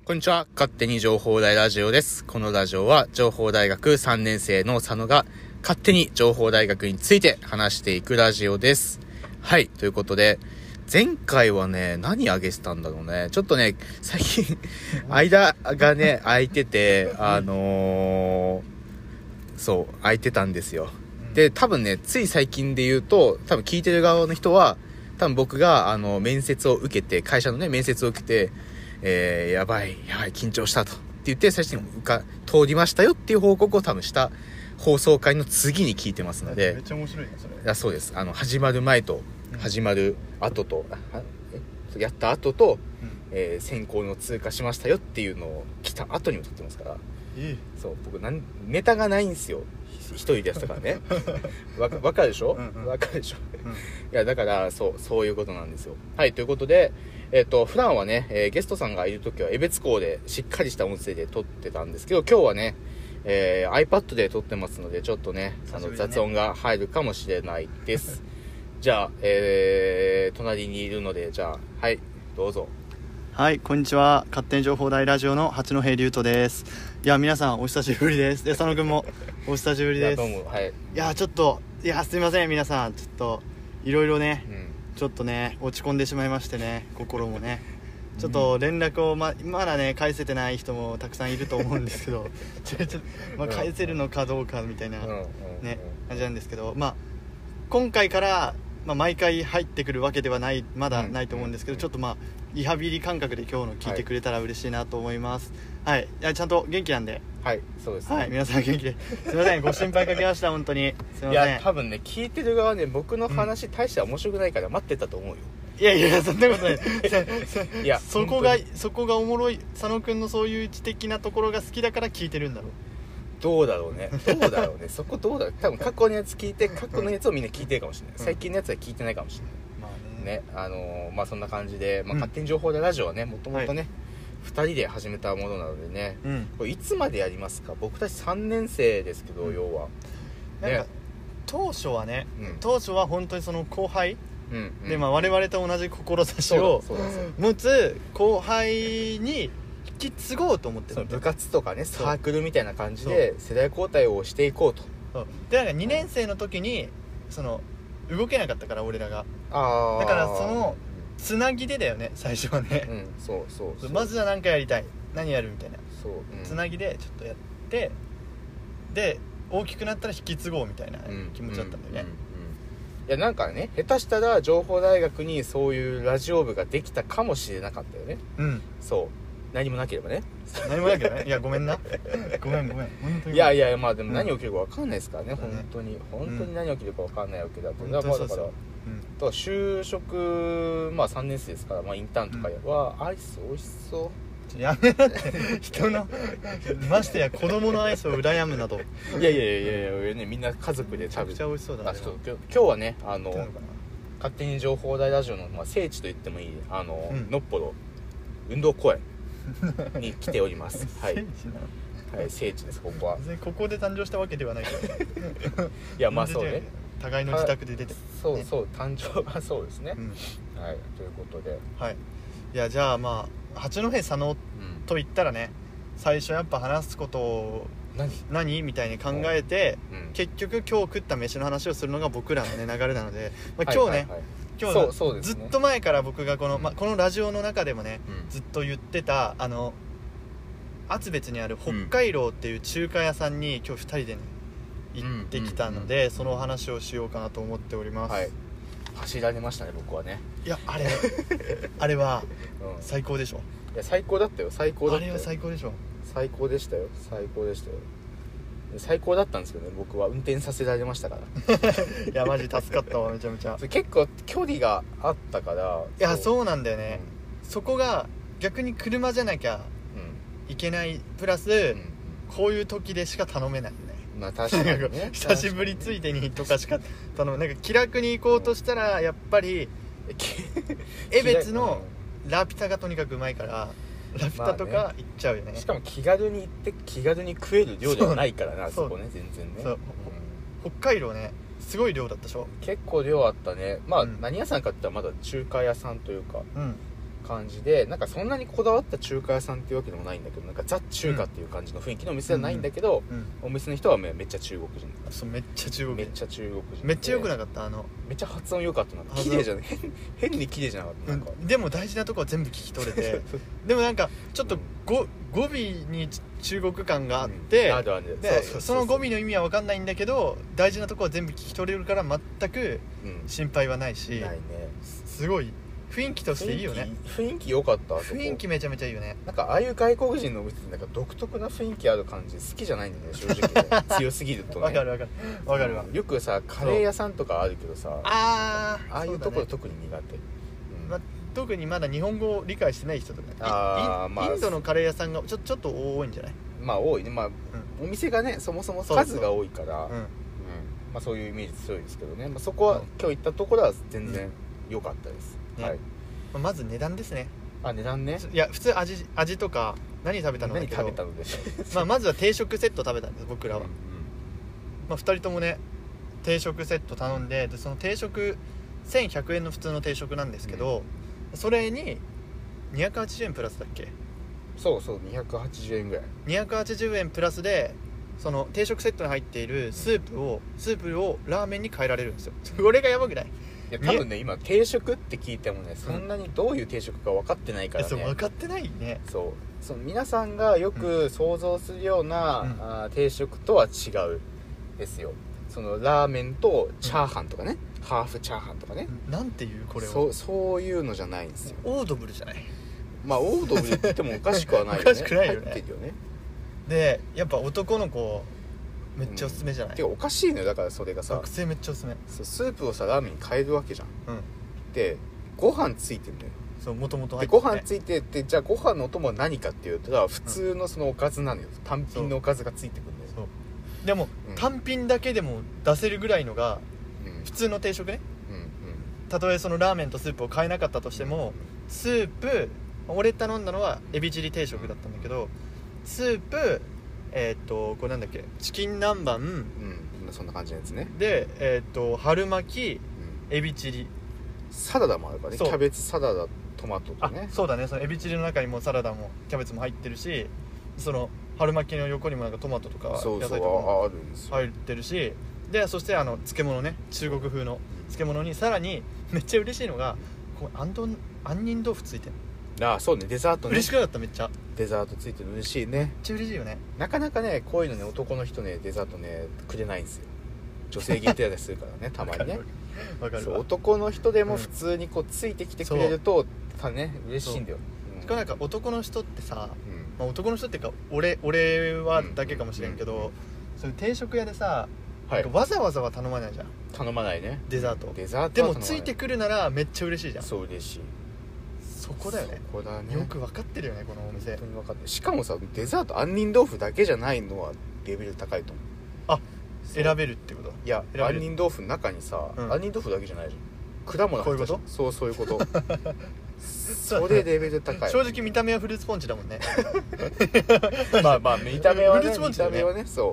こんにちは。勝手に情報大ラジオです。このラジオは情報大学3年生の佐野が勝手に情報大学について話していくラジオです。はい。ということで、前回はね、何あげてたんだろうね。ちょっとね、最近、間がね、空いてて、そう、空いてたんですよ。で、多分ね、つい最近で言うと、多分聞いてる側の人は、多分僕が、面接を受けて、会社のね、面接を受けて、やばい、緊張したと。って言って、最初に通りましたよっていう報告を多分した放送回の次に聞いてますので。 めっちゃ面白いね、それ。 いや、そうです。始まる前と、始まる後と、やった後と、選考の通過しましたよっていうのを来た後にも撮ってますから。そう、僕ネタがないんですよ。一人でやってたからね。わかるでしょ？わかるでしょ？いや、だから、そういうことなんですよ。はい、ということで、普段はね、ゲストさんがいるときは、江別校でしっかりした音声で撮ってたんですけど、今日はね、iPad で撮ってますので、ちょっとね、雑音が入るかもしれないです。じゃあ、隣にいるので、じゃあ、はい、どうぞ。 はい、こんにちは。勝手に情報大ラジオの八戸龍斗です。いや、皆さんお久しぶりです。佐野くんもお久しぶりです。 どうも、はい。 いや、ちょっと、すいません、皆さん。ちょっと、いろいろね、ちょっとね、落ち込んでしまいましてね、心もね。ちょっと連絡をまだね、返せてない人もたくさんいると思うんですけど、返せるのかどうかみたいな、ね、感じなんですけど、今回から、毎回入ってくるわけではない、まだないと思うんですけど、ちょっとリハビリ感覚で今日の聞いてくれたら嬉しいなと思います。はい、ちゃんと元気なんで。 はい、そうですね。 はい、皆さん元気で。すいません、ご心配かけました、本当に。すいません。 いや、多分ね、聞いてる側ね、僕の話大して面白くないから待ってたと思うよ。 いや、そんなことない。 いや、 そこがおもろい、佐野くんのそういう知的なところが好きだから聞いてるんだろう。 どうだろうね。そこどうだろう。多分過去のやつ聞いて、過去のやつをみんな聞いてるかもしれない。最近のやつは聞いてないかもしれない。ね、そんな感じで、勝手に情報でラジオはね、もともとね、2人で始めたものなのでね、これいつまでやりますか？僕たち3年生ですけど、要は。 なんか、当初は本当にその後輩、で、我々と同じ志を持つ後輩に引き継ごうと思ってる。 部活とかね、サークルみたいな感じで世代交代をしていこうと。 で、なんか2年生の時に動けなかったから、俺らが。だからそのつなぎでだよね、最初はね。 そうまずは何かやりたい、何やるみたいな。つなぎでちょっとやって、で大きくなったら引き継ごうみたいな気持ちだったんだよね。 いや、なんかね、下手したら情報大学にそういうラジオ部ができたかもしれなかったよね。そう何もなければね。 いや、ごめんな。ごめんいやでも何起きるか分かんないですからね、本当に何起きるか分かんないわけだと。だから就職3年生ですから、インターンとかはアイス美味しそう。 やめなって人のましてや子供のアイスを羨むなど。 いやね、みんな家族で食べて。 めちゃくちゃ美味しそうだね。 今日はね、勝手に情報大ラジオの、聖地と言ってもいいのっぽろ運動公園に来ております。はい、聖地です。ここはここで誕生したわけではないからいや、そうね、 互いの自宅で出て、 そう誕生がそうですね。はい、ということで、 はい。いや、じゃあ八戸佐野と言ったらね、最初やっぱ話すことを何みたいに考えて、結局今日食った飯の話をするのが僕らのね流れなので、今日ね、ずっと前から僕がこのラジオの中でもね、ずっと言ってた厚別にある北海道っていう中華屋さんに今日2人でね行ってきたので、その話をしようかなと思っております。 はい、走られましたね、僕はね。 いや、あれは最高でしょ。 いや、最高だったよ。あれは最高でしょ。 最高でしたよ。最高だったんですけどね、僕は運転させられましたからいや、マジ助かったわ、めちゃめちゃ。 結構距離があったから。 いや、そうなんだよね。そこが逆に車じゃなきゃいけないプラス、こういう時でしか頼めないよね。 確かにね久しぶりついでにとかしか頼めない。気楽に行こうとしたら、やっぱり江別のラピュタがとにかくうまいから、ラピュタとか行っちゃうよね。 しかも気軽に行って気軽に食える量ではないからな、そこね、全然ね。 北海道ね、すごい量だったでしょ。 結構量あったね。何屋さんかって言ったらまだ中華屋さんというか、 感じで、なんかそんなにこだわった中華屋さんっていうわけでもないんだけど、なんかザ中華っていう感じの雰囲気のお店はないんだけど、お店の人はめっちゃ中国人。 そう、めっちゃ中国人。 めっちゃ中国人。 めっちゃ良くなかった。 めっちゃ発音良かった。なんか綺麗じゃない変に綺麗じゃなかった。なんかでも大事なとこは全部聞き取れてでもなんかちょっと語尾に中国感があって、でその語尾の意味は分かんないんだけど、大事なとこは全部聞き取れるから全く心配はないし、ないね。すごい雰囲気としていいよね。 雰囲気良かった。 雰囲気めちゃめちゃいいよね。 なんかああいう外国人のお店ってなんか独特な雰囲気ある感じ好きじゃないんだよね、正直ね強すぎるとね。 わかるわかるわかるわ。 よくさカレー屋さんとかあるけどさ、ああいうところ特に苦手。 特にまだ日本語を理解してない人とか、インドのカレー屋さんがちょっと多いんじゃない？ まあ多いね。まあお店がねそもそも数が多いからまあそういうイメージ強いですけどね。まあそこは今日行ったところは全然良かったです。はい。 まず値段ですね。 値段ね。 いや普通味とか何食べたのだけど、 何食べたのでしょうまずは定食セット食べたんです僕らは。まあ2人ともね定食セット頼んで、その定食1100円の普通の定食なんですけど、それに280円プラスだっけ？ そうそう、280円ぐらい。 280円プラスでその定食セットに入っているスープをラーメンに変えられるんですよ。これがやばくない？ いや多分ね今定食って聞いてもねそんなにどういう定食か分かってないからね。 そう分かってないね。 そう皆さんがよく想像するような、定食とは違うですよ。そのラーメンとチャーハンとかね、ハーフチャーハンとかね、 なんていうこれはそういうのじゃないんですよ。 オードブルじゃない？ まあオードブルって言ってもおかしくはないよね。 おかしくないよね。 入ってるよね。 でやっぱ男の子めっちゃおすすめじゃない？ てかおかしいのよ。だからそれがさ、 学生めっちゃおすすめ。 スープをさラーメンに変えるわけじゃん。でご飯ついてんだよ。 そうもともと入ってて、ご飯ついてってじゃあご飯のお供は何かっていうと普通のそのおかずなのよ。単品のおかずがついてくるんだよ。 そうでも、単品だけでも出せるぐらいのが、普通の定食ね。たとえそのラーメンとスープを買えなかったとしても、スープ俺頼んだのはエビチリ定食だったんだけど、スープこれなんだっけ、チキン南蛮、 そんな感じのやつね。 で春巻き、エビチリ、 サラダもあるからね。キャベツサラダ、トマトとね。 そうだね。そのエビチリの中にもサラダもキャベツも入ってるし、その春巻きの横にもなんかトマトとか野菜とかも入ってるし、でそして漬物ね、中国風の漬物にさらにめっちゃ嬉しいのが杏仁豆腐ついてる。 そうね、デザートね。 嬉しくなかった？めっちゃデザートついてる。嬉しいね。 めっちゃ嬉しいよね。 なかなかねこういうのね男の人ねデザートねくれないんですよ。女性限定だったりするからねたまにね。 わかる。 男の人でも普通にこうついてきてくれるとね嬉しいんだよ。 しかもなんか男の人ってさ、男の人っていうか俺はだけかもしれんけど、その定食屋でさ、わざわざは頼まないじゃん。 頼まないね。 デザートでもついてくるならめっちゃ嬉しいじゃん。 そう嬉しい。 そこだよね。 そこだね。 よく分かってるよねこのお店。 本当に分かってる。しかもさデザート杏仁豆腐だけじゃないのはレベル高いと思う。 選べるってこと？ いや杏仁豆腐の中にさ、杏仁豆腐だけじゃないじゃん。果物入ってる。そういうことそれレベル高い。 正直見た目はフルーツポンチだもんねまあ見た目はね、 フルーツポンチだよね。 見た目はね、そう、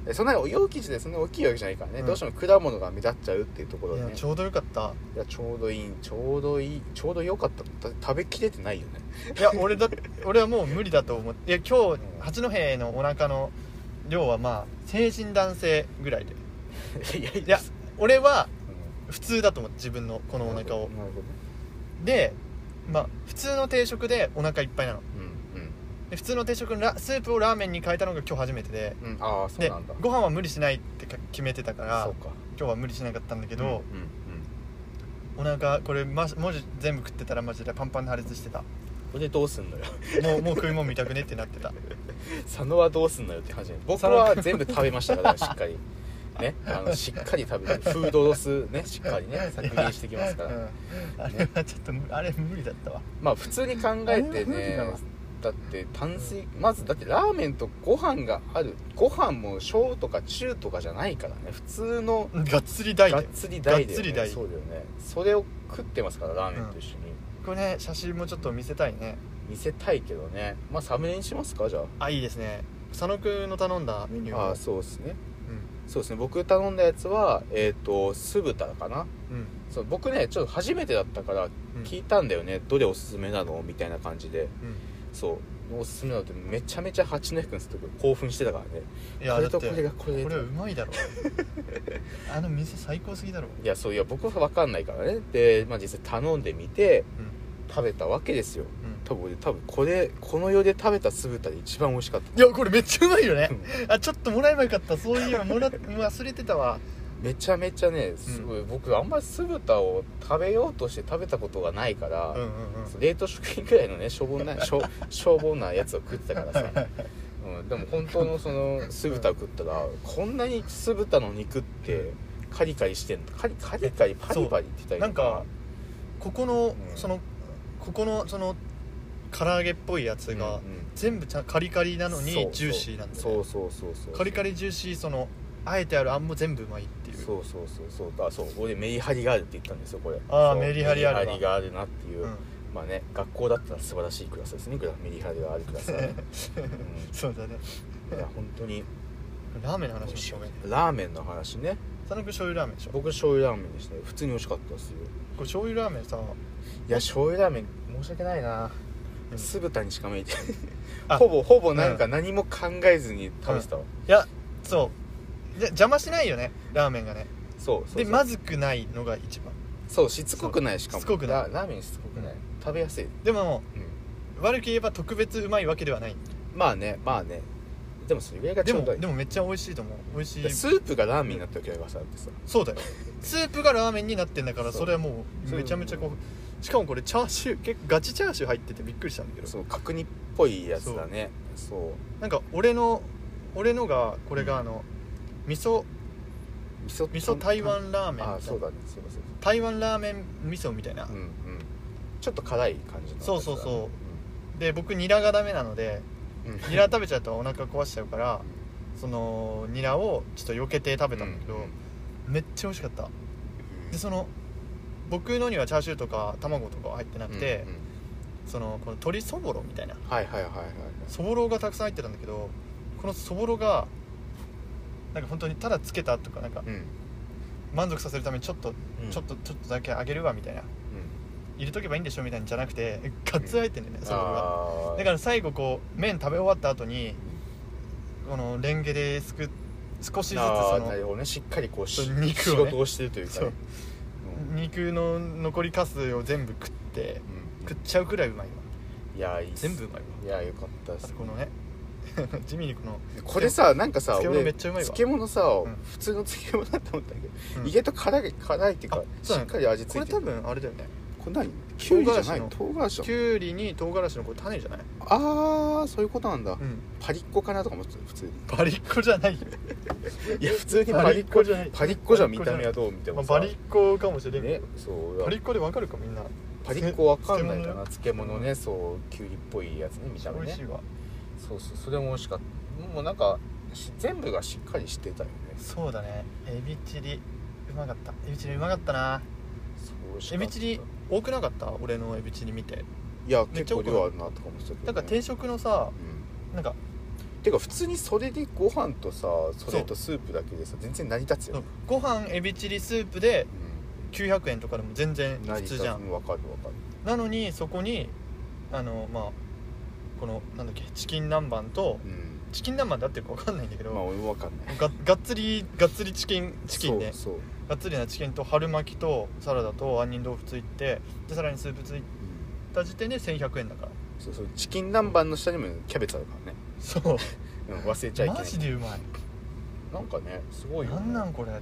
そんなに容器自体そんな大きいわけじゃないからね、どうしても果物が目立っちゃうっていうところでね。 いやちょうどよかった。 いやちょうどよかった。食べきれてないよね。 いや俺はもう無理だと思って。いや今日八戸のお腹の量はまあ成人男性ぐらいでいや俺は普通だと思って、自分のこのお腹を。なるほど。でまあ普通の定食でお腹いっぱいなの。で普通の定食のスープをラーメンに変えたのが今日初めてで、 そうなんだ。 ご飯は無理しないって決めてたから、 そうか、 今日は無理しなかったんだけど、お腹これ文字全部食ってたらマジでパンパンで破裂してた。 これでどうすんのよもう食い物見たくねってなってた佐野はどうすんのよって感じで、僕は全部食べましたからしっかりね、しっかり食べる。フードロスね、しっかりね削減してきますから、 あれはちょっとあれ無理だったわ。 まあ普通に考えてね、だって炭水、まずだってラーメンとご飯がある。ご飯も小とか中とかじゃないからね、普通のがっつり大だよ。 がっつり大だよね。そうだよね。それを食ってますからラーメンと一緒に、 これね写真もちょっと見せたいね。 見せたいけどね。まあサムネにしますか、じゃあ。 いいですね。佐野くんの頼んだメニュー。 そうですね。 そうですね、僕頼んだやつは酢豚かな。 うんそう僕ねちょっと初めてだったから聞いたんだよね、どれおすすめなのみたいな感じで、 うんそうおすすめなのってめちゃめちゃ八戸君すると興奮してたからね。 いやこれとだってこれがこれこれうまいだろあの店最高すぎだろ。 いやそういや僕は分かんないからね。で、まあ、実際頼んでみてうん食べたわけですよ。 うん多分この世で食べた酢豚で一番美味しかった。 いやこれめっちゃうまいよねあちょっともらえばよかった。そういえば忘れてたわ。 めちゃめちゃねすごい、僕あんまり酢豚を食べようとして食べたことがないから、 うんうんうん冷凍食品くらいのねしょぼんなやつを食ってたからさでも本当のその酢豚を食ったらこんなに酢豚の肉ってカリカリしてんの、カリカリパリパリって言ったらいいのなんかここの、 うんここのその唐揚げっぽいやつが、全部カリカリなのにジューシーなんだよね。 そうカリカリジューシー、そのあえてあるあんも全部うまいっていう。 そう俺メリハリがあるって言ったんですよこれ。 ああそうメリハリあるわメリハリがあるなっていう、 うんまあね学校だったら素晴らしいクラスですね、メリハリがあるクラスはね、 そうだね。 いや本当にラーメンの話もしようね。 ラーメンの話ね。 佐野くん醤油ラーメンでしょ。 僕醤油ラーメンでしたね。普通に美味しかったですよ。 これ醤油ラーメンさ、 いや醤油ラーメン申し訳ないな、 うん酢豚にしか向いてあほぼなんか何も考えずに食べてたわ、 いやそう邪魔しないよねラーメンがね。 そうでまずくないのが一番。 そうしつこくないしかもしつこくないラーメンしつこくない、 うん食べやすい、 でも悪く言えば特別うまいわけではない。 まあねでもそれぐらいがちょうどいい。 でもめっちゃ美味しいと思う。美味しい。 スープがラーメンになった時がさってさそうだよスープがラーメンになってんだから、 そうそれはもうめちゃめちゃこう、しかもこれチャーシュー結構ガチチャーシュー入っててびっくりしたんだけど、 そう角煮っぽいやつだね。そうなんか俺のがこれが味噌台湾ラーメンみたいな。 あそうだねそう台湾ラーメン味噌みたいな、 ちょっと辛い感じのやつだね。 そうで僕ニラがダメなので、ニラ食べちゃうとお腹壊しちゃうから、そのニラをちょっと避けて食べたんだけど、めっちゃ美味しかった。でその僕のにはチャーシューとか卵とかは入ってなくて、この鶏そぼろみたいな、そぼろがたくさん入ってたんだけど、このそぼろがなんか本当にただつけたとかなんか、満足させるためにちょっとだけあげるわみたいな、入れとけばいいんでしょみたいなんじゃなくてガッツリ入ってんだよね、そぼろが。だから最後こう麺食べ終わった後にこのレンゲですく少しずつそのしっかりこう肉をね仕事をしてるというかね、 肉の残りカスを全部食っちゃうくらいうまいわ。 いやいいっす、 全部うまいわ。 いやよかったです。 このね地味にこれさなんかさ漬物めっちゃうまいわ。 漬物さ、普通の漬物だと思ったけど、意外と辛いっていうかしっかり味付いてる。 これ多分あれだよね、 これ何キュウリじゃないの？唐辛子。 キュウリに唐辛子のこれ種じゃない？ ああそういうことなんだ、 うん、 パリッコかなとか思ってた普通に。 パリッコじゃないよいや普通にパリッコじゃない。パリッコじゃ見た目はどう見てもさ、 パリッコかもしれないね。 そうパリッコでわかるかみんな。 パリッコわかんないかな。漬物ね、そうキュウリっぽいやつね見た目ね。 美味しいわ。 そうそれも美味しかった。もうなんか全部がしっかりしてたよね。 そうだね。エビチリうまかった。エビチリうまかったな。エビチリ多くなかった？俺のエビチリ見て。 いや結構量あるなとか思ってたけど、ね、 なんか定食のさ、なんかてか普通にそれでご飯とさそれとスープだけでさ全然成り立つよね。 ご飯エビチリスープで900円とかでも全然普通じゃん。 わかるなのにそこにまあこのなんだっけチキン南蛮と、チキン南蛮で合ってるか分かんないんだけど、 まあ俺も分かんない。 がっつりチキンね。 そうがっつりなチキンと春巻きとサラダと杏仁豆腐ついて、でさらにスープついた時点で1100円だから。 そうチキン南蛮の下にもキャベツあるからね。 そう忘れちゃいけない。 マジでうまい。 なんかねすごいよね。 なんこれと思って。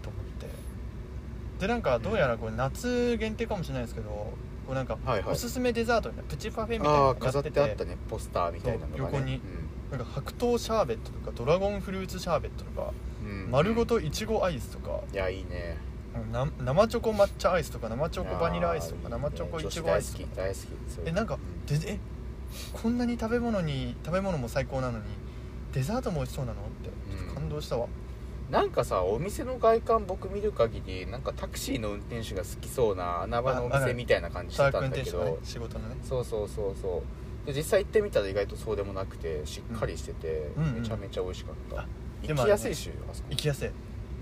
でなんかどうやらこれ夏限定かもしれないですけど、これなんかおすすめデザートにプチパフェみたいなのが飾ってあったね、ポスターみたいなのがね。 横に、なんか白桃シャーベットとかドラゴンフルーツシャーベットとか、丸ごといちごアイスとか、 いやいいね。 生チョコ抹茶アイスとか生チョコバニラアイスとか生チョコいちごアイスとか大好き。 なんかこんなに食べ物も最高なのにデザートも美味しそうなのってちょっと感動したわ。 なんかさお店の外観僕見る限りなんかタクシーの運転手が好きそうな穴場のお店みたいな感じしてたんだけど、 ね、仕事のね。 そうで実際行ってみたら意外とそうでもなくてしっかりしてて、めちゃめちゃ美味しかった。行きやすいし、 行きやすい。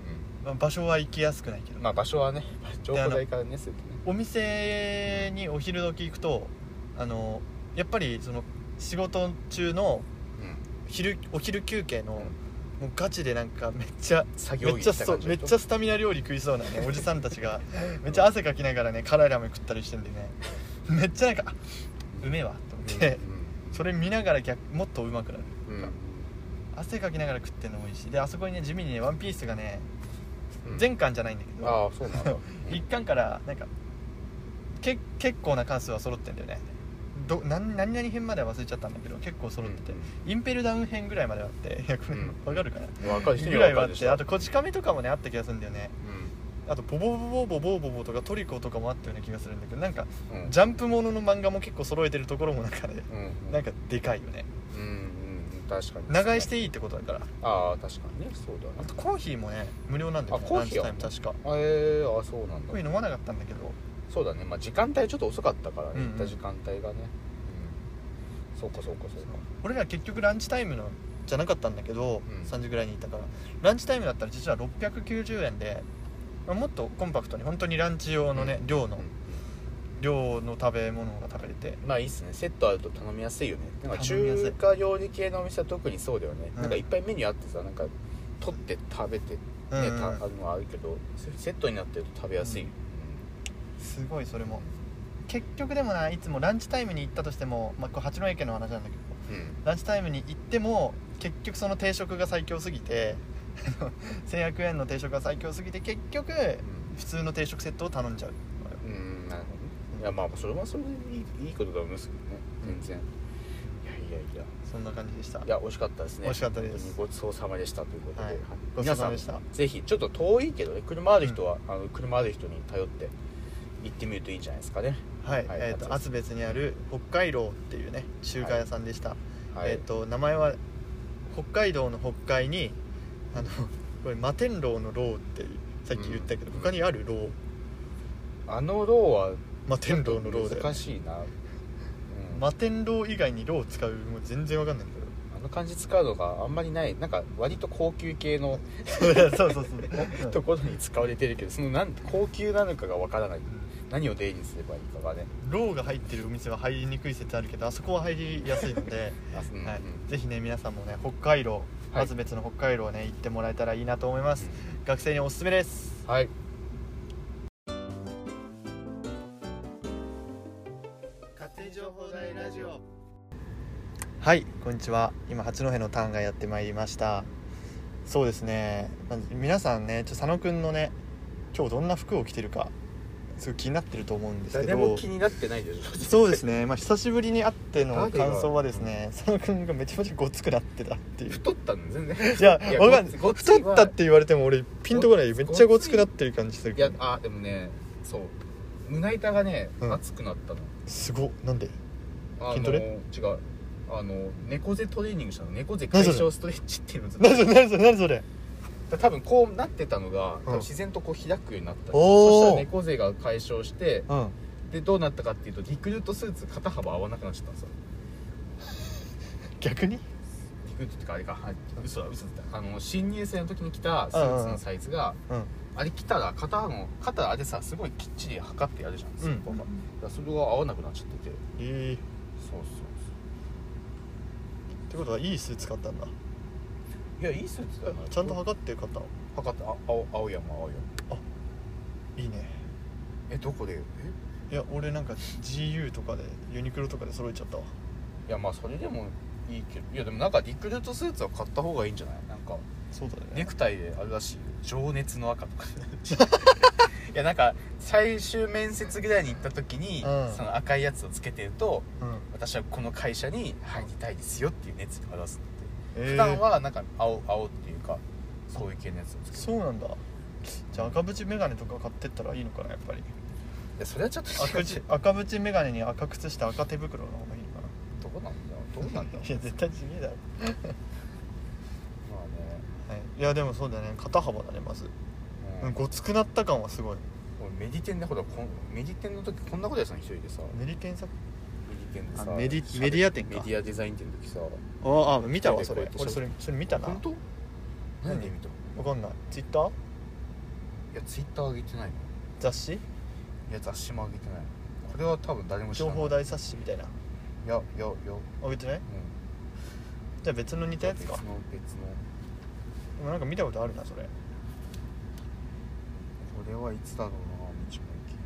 場所は行きやすくないけど、 まあ場所はね情報代からねするとねお店にお昼時行くとやっぱりその仕事中のお昼休憩の、もうガチでなんかめっちゃスタミナ料理食いそうなねおじさんたちがめっちゃ汗かきながらね辛いラーメン食ったりしてんでねめっちゃなんかうめえわと思って、それ見ながらもっとうまくなる、汗かきながら食ってんのもいいし、であそこにね地味にねワンピースがね、全巻じゃないんだけど、 ああそうなんだ 1巻からなんか結構な関数は揃ってんだよね。何々編までは忘れちゃったんだけど結構揃ってて、インペルダウン編ぐらいまであって、いやこれ分かるかな、 分かる人にぐらいはあって、 は分かるでしょ。 あとこち亀とかもねあった気がするんだよね。あとボボボボボボボボとかトリコとかもあったような気がするんだけど、なんか、ジャンプものの漫画も結構揃えてるところもなんかね、なんかでかいよね。 確かに長居していいってことだから。 ああ確かにね、そうだね。 あとコーヒーもね無料なんだよね、 コーヒーはランチタイム確か。 あそうなんだ。 コーヒー飲まなかったんだけど、 そうだね、まあ時間帯ちょっと遅かったからね、行った時間帯がね、そうか俺ら結局ランチタイムのじゃなかったんだけど、3時ぐらいに行ったから、ランチタイムだったら実は690円で、もっとコンパクトに本当にランチ用のね、量の食べ物が食べれて、 まあいいっすね。セットあると頼みやすいよね。なんか中華料理系のお店は特にそうだよね、なんかいっぱいメニューあってさ、なんか取って食べてね、あるのはあるけど、セットになってると食べやすい、 すごい。それも結局でもな、いつもランチタイムに行ったとしても、これ八戸家の話なんだけど、ランチタイムに行っても結局その定食が最強すぎて1100円の定食が最強すぎて結局、普通の定食セットを頼んじゃう。 なるほどね。いやまあそれはそれでいいことだと思いますけどね、全然。いやそんな感じでした。 いや美味しかったですね。 美味しかったです。 ごちそうさまでしたということで、 ごちそうさまでした。 ぜひちょっと遠いけどね、車ある人は、車ある人に頼って行ってみるといいんじゃないですかね。 はい、厚別にある北海道っていうね中華屋さんでした。名前は北海道の北海にこれ摩天楼の楼ってさっき言ったけど、他にある楼、 あの楼は摩天楼の楼だよね。 難しいな、 摩天楼以外に楼使うもう全然わかんないんだけど、 あの漢字使うのがあんまりない。なんか割と高級系のそうところに使われてるけど、その高級なのかがわからない、何を例にすればいいかがね。 ローが入ってるお店は入りにくい説あるけど、あそこは入りやすいのでぜひね皆さんもね北海道、厚別の北海道ね行ってもらえたらいいなと思います。学生におすすめです。 はい。 勝手に情報大ラジオ。はい、こんにちは。今八戸のターンがやってまいりました。そうですね、皆さんね佐野くんのね今日どんな服を着てるかすごい気になってると思うんですけど、 誰も気になってないでしょ。 そうですね、久しぶりに会っての感想はですね、佐野くんがめちゃめちゃごつくなってたっていう。 太ったの全然いや分かんない、太ったって言われても俺ピンとこない。めっちゃごつくなってる感じする。 いやでもね、そう胸板がね、熱くなったの。 すごっ。なんで？筋トレ？ 違う、猫背トレーニングしたの。猫背解消ストレッチっていうのずっと。 何それ多分こうなってたのが多分自然とこう開くようになった、そしたら猫背が解消して、でどうなったかっていうと、リクルートスーツ肩幅合わなくなっちゃったんですよ。 逆に？ リクルートってかあれか、嘘だ新入生の時に着たスーツのサイズが、あれ着たら肩あれさすごいきっちり測ってやるじゃん、それが合わなくなっちゃってて。そうってことはいいスーツ買ったんだ。 いやいいスーツだよな。 ちゃんと測って買ったの？ 測って、青山。 いいね。 どこで？ いや俺なんか GU とかでユニクロとかで揃えちゃったわ。 いやまあそれでもいいけど、いやでもなんかリクルートスーツは買った方がいいんじゃない？なんかそうだね、 ネクタイであるらしいよ、情熱の赤とかいやなんか最終面接ぐらいに行った時に、その赤いやつをつけてると、私はこの会社に入りたいですよっていう熱を表すって。普段はなんか青っていうかそういう系のやつをつけて。 そうなんだ。じゃあ赤縁メガネとか買ってったらいいのかな、やっぱり。 いやそれはちょっと赤縁メガネに赤靴下赤手袋の方がいいのかな。 どうなんだいや絶対地味だよまあね、 いやでもそうだね、肩幅だねまず、ごつくなった感はすごい。 メディテンでメディテンの時こんなことやさん一人でさ、 メディテンでさメディア店か、メディアデザイン店の時さ、 見たわそれ。俺それ見たな。 本当？何で見た？ わかんない。ツイッター？ やツイッター上げてないの。 雑誌？ いや雑誌も上げてない。これは多分誰も知らない。 情報大冊子みたいな。 いや上げてない？ うん。 じゃあ別の似たやつか。 別のでもなんか見たことあるなそれ。 これはいつだろうな、道の駅。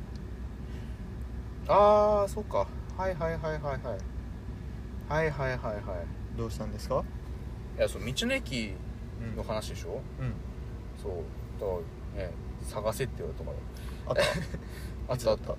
ああ、そうか。はいはいはいはいはいはいはいはいはい。 どうしたんですか？ いや、そう道の駅の話でしょ。 うん。 そうだからね、探せって言われたからあった。 あった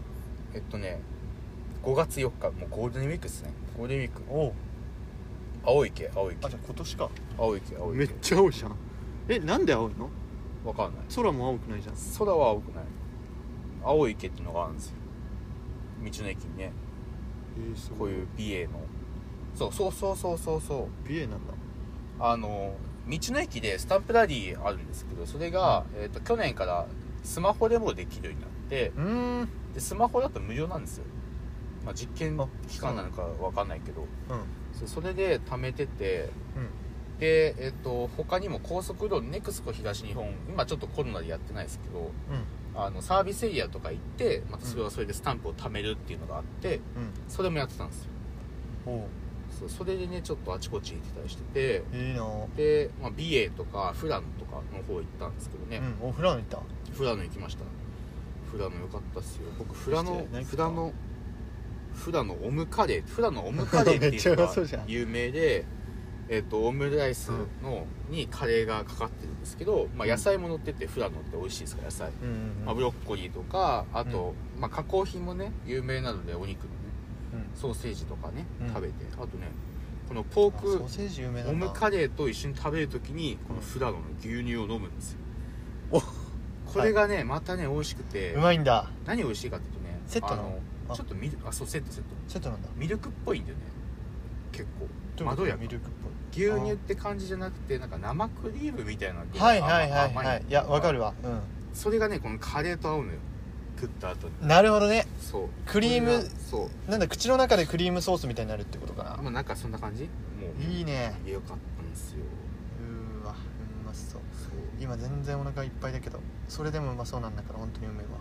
5月4日、もうゴールデンウィークですね。ゴールデンウィーク。 おう。 青池。 あ、じゃあ今年か。 青池。 めっちゃ青いじゃん。なんで青いの？ わかんない。 空も青くないじゃん。 空は青くない。青池っていうのがあるんですよ、道の駅にね。 すごこういう美瑛のそう美瑛なんだ。 道の駅でスタンプラリーあるんですけど、それが、去年からスマホでもできるようになって、でスマホだと無料なんですよ。まあ、実験期間なのかわかんないけど、それで貯めてて、で、他にも高速道路ネクスコ東日本、今ちょっとコロナでやってないですけど、サービスエリアとか行ってまたそれはそれでスタンプを貯めるっていうのがあって、それもやってたんですよ。それでねちょっとあちこち行ってたりしてて、 いいな。 で、美瑛とか富良野とかの方行ったんですけどね。 お、富良野行った？ 富良野行きました。富良野良かったっすよ。僕富良野オムカレーっていうのが有名でオムライスにカレーがかかってるんですけど、野菜も乗ってて、富良野って美味しいですから野菜、ブロッコリーとか、あと、加工品もね有名なので、お肉のね、ソーセージとかね、食べて、あとねこのポークオムカレーと一緒に食べるときにこの富良野の牛乳を飲むんですよ。これがねまたね美味しくて、 うまいんだ。 何美味しいかっていうとね、 セットなの？ ちょっとそうセットなんだ。 ミルクっぽいんだよね、結構まろやか。 ミルクっぽい牛乳って感じじゃなくて、なんか生クリームみたいな。 はいいや、わかるわ。 それがねこのカレーと合うのよ、食った後に。 なるほどね。 そうクリーム、 そうなんだ、口の中でクリームソースみたいになるってことかな。 もうなんかそんな感じ。もういいね。 よかったんですよ。 うわ、うまそう。今全然お腹いっぱいだけど、それでもうまそうなんだから本当にうめえわ。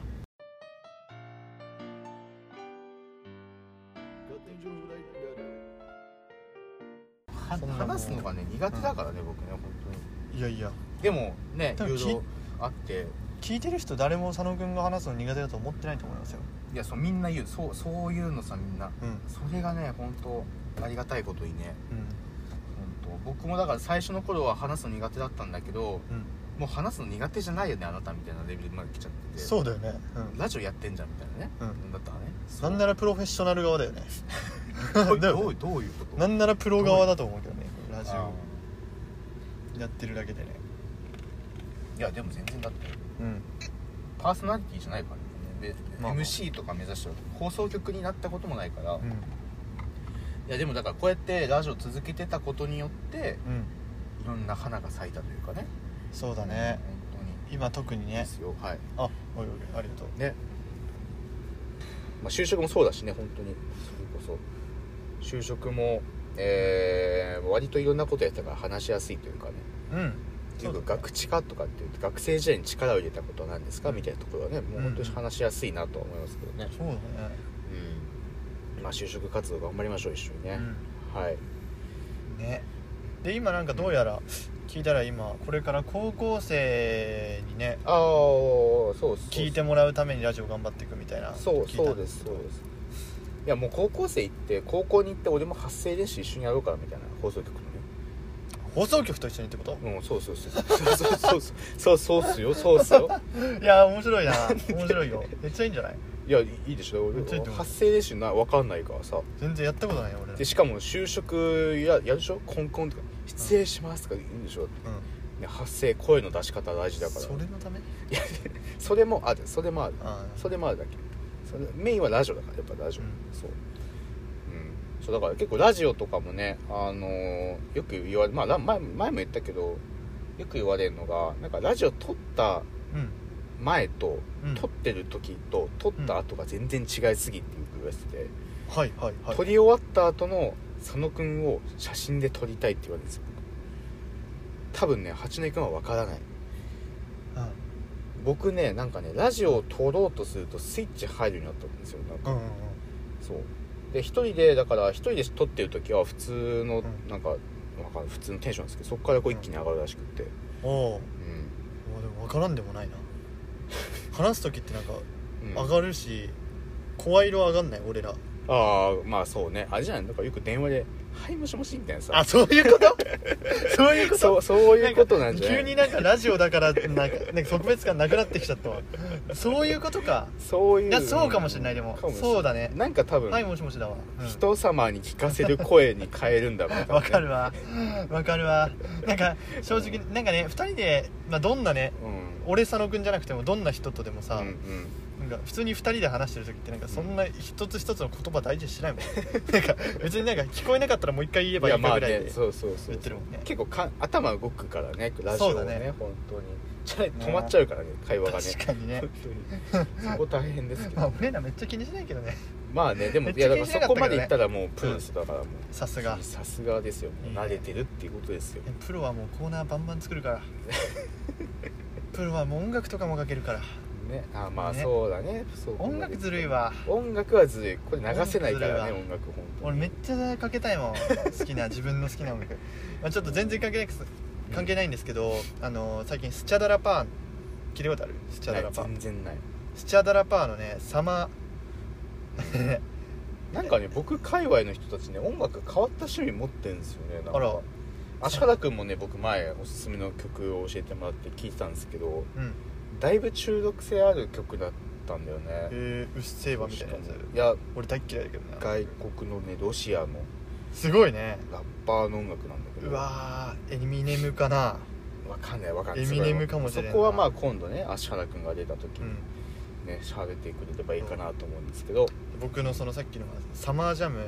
話すのがね苦手だからね、僕ね本当に。 いやでもねいろいろあって、 聞いてる人誰も佐野くんが話すの苦手だと思ってないと思いますよ。 いや、みんな言う、そういうのさ、みんな、それがね本当ありがたいことにね、本当僕もだから最初の頃は話すの苦手だったんだけど、もう話すの苦手じゃないよねあなたみたいなレベルまで来ちゃってて。そうだよね、ラジオやってんじゃんみたいなね、だったらね、なんならプロフェッショナル側だよねどういうこと？なんならプロ側だと思うけどね、ラジオやってるだけでね。いやでも全然だって、パーソナリティじゃないからね。で、MC とか目指して放送局になったこともないから、いやでもだからこうやってラジオ続けてたことによって、いろんな花が咲いたというかね。そうだね、本当に今特にねですよ。はい、ありがとうね。就職もそうだしね、本当にそれこそ就職も、割といろんなことやってたから話しやすいというかね。っていうか学知化とかって言って、学生時代に力を入れたことは何ですかみたいなところはね、もう本当に話しやすいなとは思いますけどね。そうだね。就職活動頑張りましょう一緒にね。はいね。で今なんかどうやら聞いたら、今これから高校生にね、そう聞いてもらうためにラジオ頑張っていくみたいな。そうですいやもう高校生行って、高校に行って俺も発声練習一緒にやろうからみたいな、放送局のね。放送局と一緒にってこと？そうっすよいや面白いな面白いよめっちゃいいんじゃない？いやいいでしょ。発声練習分かんないからさ、全然やったことないよ俺。でしかも就職やるでしょ、コンコンとか失礼しますとか言うんでしょ、発声、声の出し方大事だから。それのため？いやそれもあるだけ。メインはラジオだから、やっぱラジオ、そうだから結構ラジオとかもね、よく言われ、前も言ったけど、よく言われるのが、なんかラジオ撮った前と、撮ってる時と撮った後が全然違いすぎってよく言われてて、撮り終わった後の佐野くんを写真で撮りたいって言われるんですよ。多分ね、八野くんは分からない。 僕ねなんかねラジオを撮ろうとするとスイッチ入るようになったんですよなんか、 うんうんうん、 そうで一人で撮ってる時は普通のなんか、普通のテンションですけどそこからこう一気に上がるらしくって、 おお、 うん、 でも分からんでもないな話す時ってなんか上がるし、声色上がんない俺ら。 ああまあそうねあれじゃないなんかよく電話ではいもしもしみたいなさあそういうことそういうことそういうことなんじゃない急になんかラジオだからなんか特別感なくなってきちゃったわそういうことか。 そういういやそうかもしれないでもそうだねなんか多分はいもしもしだわ、 人様に聞かせる声に変えるんだろうねわかるわわかるわ。なんか正直なんかね2人で、まあ、どんなね、俺佐野くんじゃなくてもどんな人とでもさ、なんか普通に2人で話してる時ってなんかそんな一つ一つの言葉大事にしないもんなんか別になんか聞こえなかったらもう一回言えばいいかぐらいで言ってるもんね。 結構頭動くからねラジオは ね本当に止まっちゃうからね会話がね確かにねそこ大変ですけど、 まあ俺らめっちゃ気にしないけどね。 まあねでもいやだからそこまでいったらもうプロですだからもうさすがですよ慣れてるっていうことですよ。 プロはもうコーナーバンバン作るからプロはもう音楽とかもかけるからね、あまあそうだねそう音楽ずるいわ。 音楽はずるいこれ流せないからね音楽本当に俺めっちゃかけたいもん好きな自分の好きな音楽まあちょっと全然関係ないんですけど、最近スチャダラパー聞いたことある？スチャダラパー全然ない。 スチャダラパーのねサマーなんかね僕界隈の人たちね音楽変わった趣味持ってるんですよね。なんかあら芦原くんもね僕前おすすめの曲を教えてもらって聞いてたんですけど、だいぶ中毒性ある曲だったんだよね。 うっせぇわみたいなやつ。 いや俺大っ嫌いだけどな。 外国のねロシアのすごいねラッパーの音楽なんだけど、 うわーエミネムかな。 わかんないエミネムかもしれない。 そこはまあ今度ね芦原くんが出た時にね喋ってくれればいいかなと思うんですけど、 僕のそのさっきのサマージャム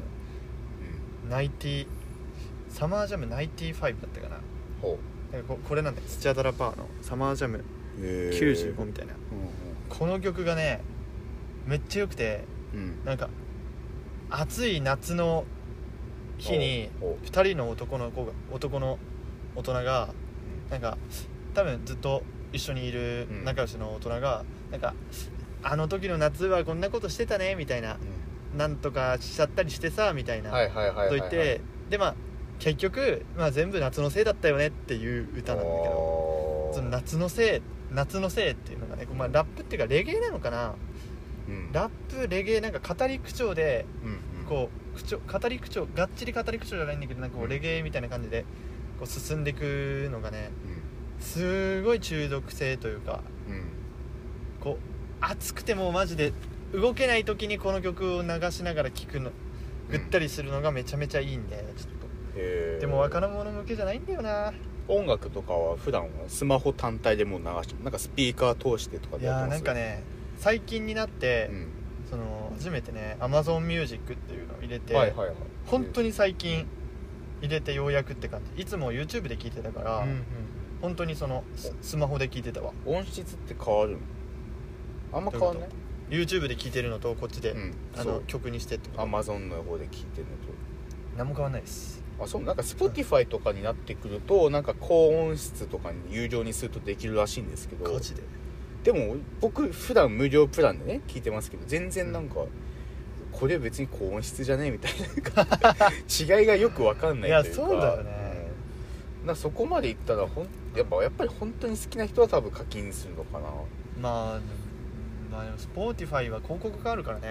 サマージャム95だったかな。 ほうこれなんだよスチャダラパーのサマージャム95みたいな、この曲がねめっちゃ良くて、なんか暑い夏の日に2人の男の大人がなんか多分ずっと一緒にいる仲良しの大人がなんかあの時の夏はこんなことしてたねみたいな、なんとかしちゃったりしてさみたいなと言って、でまあ結局、まあ、全部夏のせいだったよねっていう歌なんだけど、その夏のせいっていうのがね、まあ、ラップっていうかレゲエなのかな、ラップレゲエなんか語り口調で、こう語り口調がっちり語り口調じゃないんだけどなんかこうレゲエみたいな感じでこう進んでいくのがね、すごい中毒性というか、こう熱くてもマジで動けない時にこの曲を流しながら聴くのぐったりするのがめちゃめちゃいいんで、ちょっとでも若者向けじゃないんだよな。 音楽とかは普段はスマホ単体でもう流してなんかスピーカー通してとかでやってます？ いやなんかね最近になって、その初めてね Amazon Music っていうのを入れて、本当に最近入れてようやくって感じ。いつも YouTube で聴いてたから、本当にそのスマホで聴いてたわ。 音質って変わるの？あんま変わんない？ YouTube で聴いてるのとこっちで、曲にしてってこと。 Amazon の方で聴いてるのと何も変わんないです。 そうなんか Spotify とかになってくるとなんか高音質とかに有料にするとできるらしいんですけど、 ガチででも僕普段無料プランでね聞いてますけど全然なんか、これ別に高音質じゃねみたいな違いがよく分かんないというか。いやそうだよね、 そこまでいったらやっぱり本当に好きな人は多分課金するのかな。 まあでも Spotify は広告があるからね。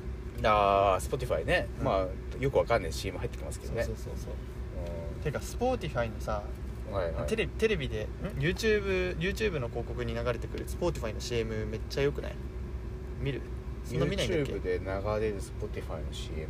Spotify ね、まあよくわかんない CM 入ってきますけどね。そうてか Spotify のさ、テレビでYouTube の広告に流れてくる Spotify の CM めっちゃ良くない？見る？そんな見ないんだっけ？ YouTube で流れる Spotify の CM？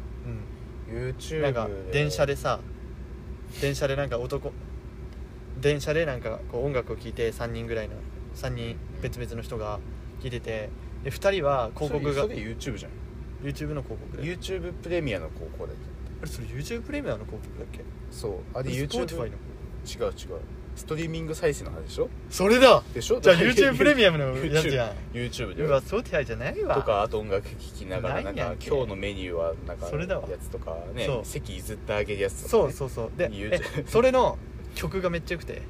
YouTube なんか電車でなんか電車でなんかこう音楽を聴いて3人別々の人が聴いてて、で2人は広告がそれ YouTube じゃん。 YouTube の広告で YouTube プレミアの広告だっけ？ あれそれ YouTube プレミアの広告だっけ？ そうあれ YouTube Spotify の違うストリーミング再生の話でしょ？ それだでしょ？ じゃあ YouTube プレミアムのやつじゃん YouTube でうわSpotifyじゃないわとか、あと音楽聴きながらなんか今日のメニューはなんかそれだわやつとかね、席譲ってあげるやつとか、ね、 そうでそれの曲がめっちゃ良くて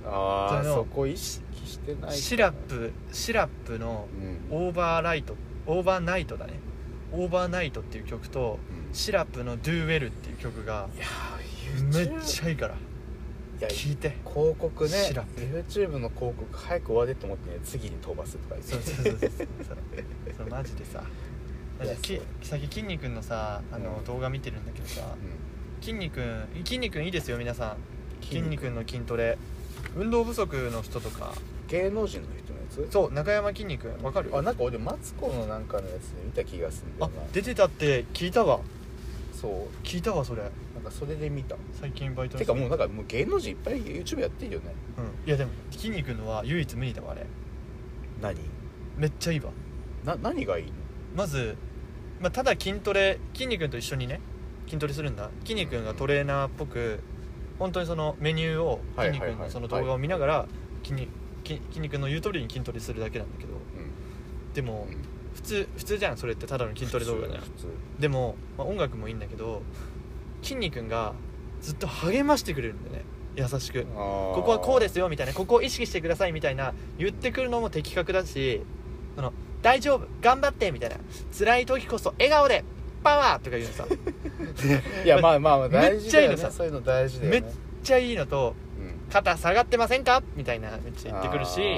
そこ意識してない。 シラップのオーバーナイトだね。オーバーナイトっていう曲と、シラップの Do Well っていう曲がめっちゃいいから、聞いて。 広告ね、 シラップ YouTube の広告早く終われと思ってね、次に飛ばすとか言って。 そうマジでさ、さっききんに君のさ動画見てるんだけどさ、きんに君いいですよ皆さん。きんに君の筋トレ、運動不足の人とか、 芸能人の人のやつ。 そう、中山きんに君わかる？ なんか俺マツコのなんかのやつで見た気がするんだよな。 出てたって聞いたわ。 そう聞いたわそれ。 なんかそれで見た。 最近バイトてかもう芸能人いっぱい YouTube やってるよね。 いやでもきんに君のは唯一無二だわあれ。 何？ めっちゃいいわ。 何がいいの？ まず、ただ筋トレ、きんに君と一緒にね筋トレするんだ。きんに君がトレーナーっぽく本当にそのメニューをきんに君のその動画を見ながらきんに君の言う通りに筋トレするだけなんだけど、でも普通じゃんそれって、ただの筋トレ動画じゃん。でも、音楽もいいんだけど、きんに君がずっと励ましてくれるんだよね、優しく。ここはこうですよみたいな、ここを意識してくださいみたいな言ってくるのも的確だし、大丈夫頑張ってみたいな、辛い時こそ笑顔でパワーとか言うのさいやまあ大事だよね。 めっちゃいいのさ、 そういうの大事だよね。 めっちゃいいのと、肩下がってませんかみたいなめっちゃ言ってくるし、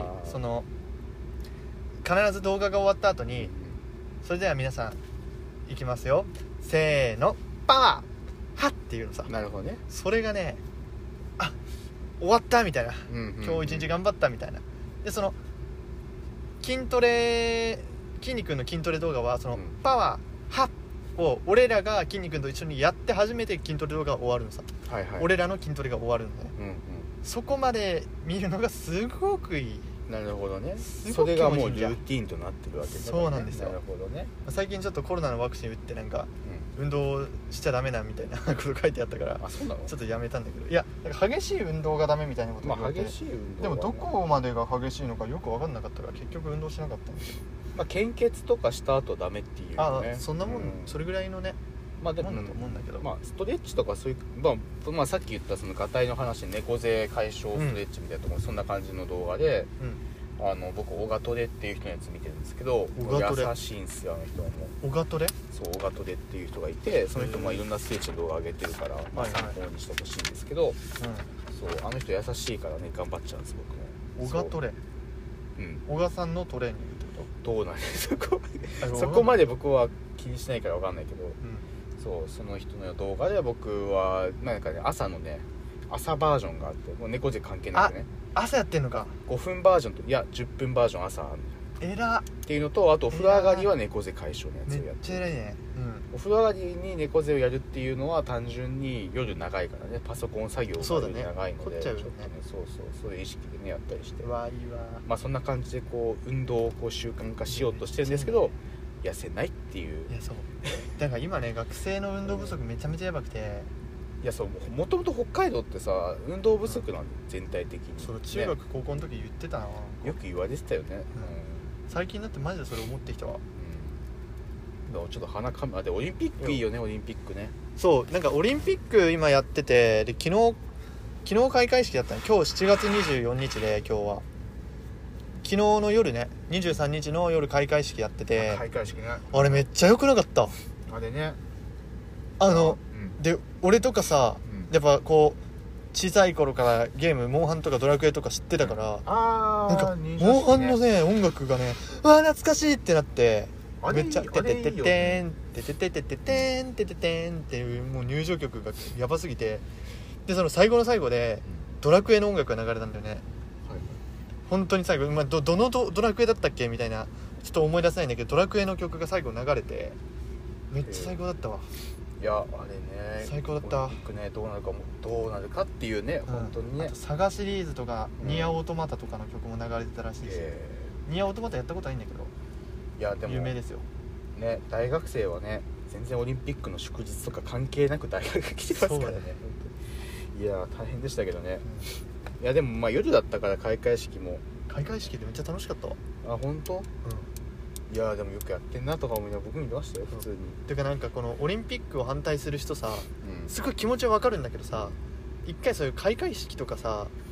必ず動画が終わった後に、それでは皆さんいきますよせーのパワーはっていうのさ。 なるほどね。 それがね、終わったみたいな、今日一日頑張ったみたいな。で筋トレ、きんに君の筋トレ動画はパワーはを俺らがきんに君と一緒にやって初めて筋トレ動画が終わるのさ、俺らの筋トレが終わるんだね、そこまで見るのがすごくいい。 なるほどね。それがもうルーティーンとなってるわけだからね。 そうなんですよ。 なるほどね。 最近ちょっとコロナのワクチン打ってなんか、運動しちゃダメなみたいなこと書いてあったから、 そうなの？ ちょっとやめたんだけど、いやなんか激しい運動がダメみたいなこと言われて、 激しい運動、 でもどこまでが激しいのかよく分かんなかったから結局運動しなかったんだけど、 献血とかした後ダメっていうよね。 そんなもん、それぐらいのねでももんだと思うんだけど、 ストレッチとかそういうさっき言ったそのガタイの話、猫背解消ストレッチみたいなところ、そんな感じの動画で、僕オガトレっていう人のやつ見てるんですけど、優しいんですよあの人は。もうオガトレ？ そう、オガトレっていう人がいて、その人もいろんなステージの動画上げてるから、参考にしてほしいんですけど、そうあの人優しいからね頑張っちゃうんです僕も。 オガトレ、小賀さんのトレーニングってこと？どうなんですそこまで僕は気にしないから分かんないけど、その人の動画では僕はなんかね、朝のね朝バージョンがあって、もう猫背関係なくね、 朝やってんのか。 5分バージョンと10分バージョン朝えらっていうのと、あとお風呂上がりは猫背解消のやつをやって、 めっちゃ偉いね、 お風呂上がりに猫背をやるっていうのは単純に夜長いからね、パソコン作業が長いので、 ちょっとねそういう意識でねやったりして、 いいわ。 そんな感じで運動を習慣化しようとしてるんですけど、痩せないっていう。 いやそうだから今ね学生の運動不足めちゃめちゃやばくて、 いやそうもともと北海道ってさ運動不足なんで、全体的に、 そう中学高校の時言ってたな、 よく言われてたよね、 最近になってマジでそれ思ってきたわ。 ちょっと鼻かむ。でオリンピックいいよね、オリンピックね。 そうなんかオリンピック今やってて、で昨日開会式だったの。今日7月24日で、今日は昨日の夜ね、23日の夜開会式やってて、 開会式ね、 あれめっちゃ良くなかった。 あれね、 で俺とかさ、やっぱ小さい頃からゲームモンハンとかドラクエとか知ってたから、なんかモンハンのね音楽がね、うわ懐かしいってなって、めっちゃテテテテンテテテテテテンテテテンっていうもう入場曲がやばすぎて、でその最後の最後でドラクエの音楽が流れたんだよね、本当に最後、どのドラクエだったっけみたいな、ちょっと思い出せないんだけど、ドラクエの曲が最後流れてめっちゃ最高だったわ。 いやあれね最高だった。 オリンピックね、どうなるかっていうね、本当にね。 あとサガシリーズとか、ニアオートマタとかの曲も流れてたらしいし、ニアオートマタやったことないんだけど、いやでも有名ですよね。大学生はね全然オリンピックの祝日とか関係なく大学来てますからね。いや大変でしたけどね、いやでも夜だったから開会式も。 開会式でめっちゃ楽しかったわ。 あ本当？いやでもよくやってんなとか思いながら僕見ましたよ普通に。 てかなんかこのオリンピックを反対する人さ、すごい気持ちはわかるんだけどさ、一回そういう開会式とかさ、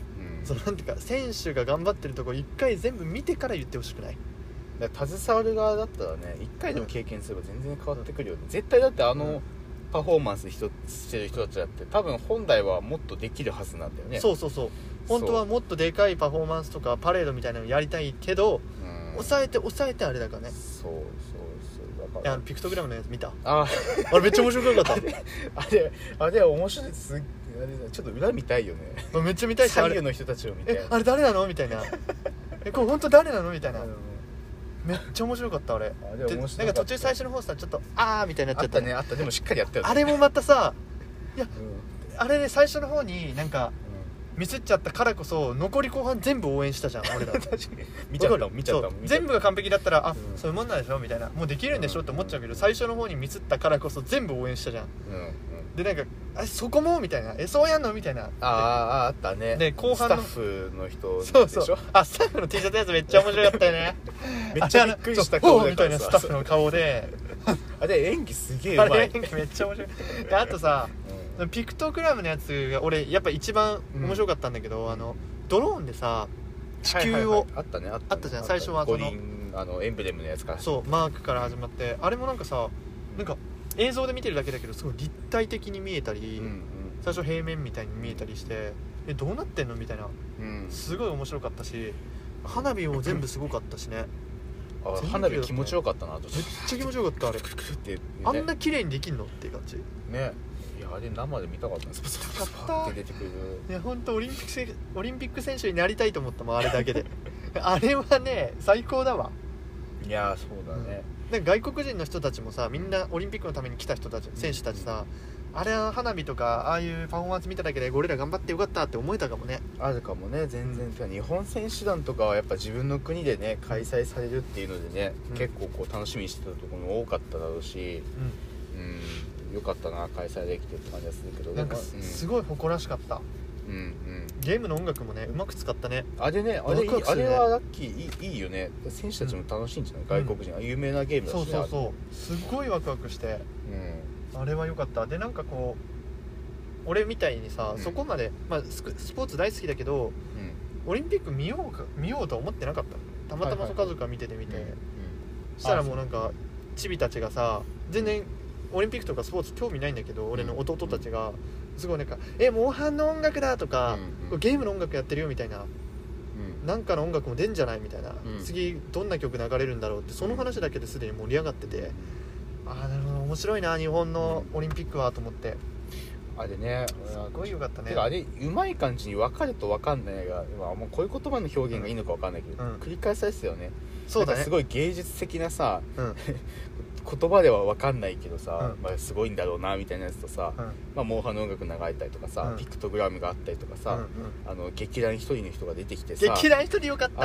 そのなんていうか選手が頑張ってるところ一回全部見てから言ってほしくない？ だから携わる側だったらね一回でも経験すれば全然変わってくるよね、絶対だってパフォーマンスしてる人たちだって多分本来はもっとできるはずなんだよね。 そう本当はもっとでかいパフォーマンスとかパレードみたいなのやりたいけど、抑えてあれだからね。 そうだからいやピクトグラムのやつ見た？ あれめっちゃ面白かったあれ面白いあれちょっと裏見たいよねめっちゃ見たいし、 左右の人たちを見てあれ誰なのみたいなこれ本当誰なのみたいなめっちゃ面白かったあれ。でなんか途中最初の方さちょっとみたいになっちゃったね。あったでもしっかりやったよね。 あれもまたさいや、あれね最初の方になんかミスっちゃったからこそ残り後半全部応援したじゃん俺ら確かに見ちゃった全部が完璧だったらそういうもんなんでしょみたいな、もうできるんでしょって思っちゃうけど、最初の方にミスったからこそ全部応援したじゃん。でなんかそこもみたいなそうやんのみたいなあったね。 で後半のスタッフの人でしょ。 そうスタッフの T シャツのやつめっちゃ面白かったよねめっちゃびっくりした顔みたいなスタッフの顔であれ演技すげえうまい。 演技めっちゃ面白いであとさ、ピクトグラムのやつが俺やっぱ一番面白かったんだけど、ドローンでさ地球を、 あったじゃん最初はその五輪エンブレムのやつか。 そうマークから始まってあれもなんかさなんか映像で見てるだけだけどすごい立体的に見えたり、最初平面みたいに見えたりしてどうなってんのみたいな、すごい面白かったし花火も全部すごかったしね花火気持ちよかったなと。 めっちゃ気持ちよかったあれあんな綺麗にできんのっていう感じね。いやあれ生で見たかったんですよかった。 出てくる。 いや本当オリンピック選手になりたいと思ったもんあれだけであれはね最高だわ。 いやそうだね、 外国人の人たちもさみんなオリンピックのために来た人たち選手たちさ、あれは花火とかああいうパフォーマンス見ただけで俺ら頑張ってよかったって思えたかもね。 あるかもね全然。日本選手団とかはやっぱ自分の国でね開催されるっていうのでね、結構こう楽しみにしてたところも多かっただろうし、よかったな開催できてって感じがするけど、 なんかすごい誇らしかった。ゲームの音楽もねうまく使ったね。 あれはラッキーいいよね。選手たちも楽しいんじゃない、外国人は有名なゲームだしね。 そうすごいワクワクして、あれは良かった。でなんかこう俺みたいにさ、そこまで、スポーツ大好きだけど、オリンピック見ようとは思ってなかったの。たまたま家族が見ててそしたらもうなんかチビたちがさ全然オリンピックとかスポーツ興味ないんだけど、俺の弟たちがすごいなんかモンハンの音楽だとか、ゲームの音楽やってるよみたいな、なんかの音楽も出んじゃないみたいな、次どんな曲流れるんだろうってその話だけですでに盛り上がってて、なるほど面白いな日本のオリンピックはと思って、 あれねすごいよかったね。 てかあれうまい感じに分かると分かんないが、もうこういう言葉の表現がいいのか分かんないけど、繰り返されてたよね。 そうだね。 すごい芸術的なさ、言葉では分かんないけどさ、すごいんだろうなみたいなやつとさ、モンハンの音楽流れたりとかさ、ピクトグラムがあったりとかさ、劇団一人の人が出てきてさ、 劇団一人よかった。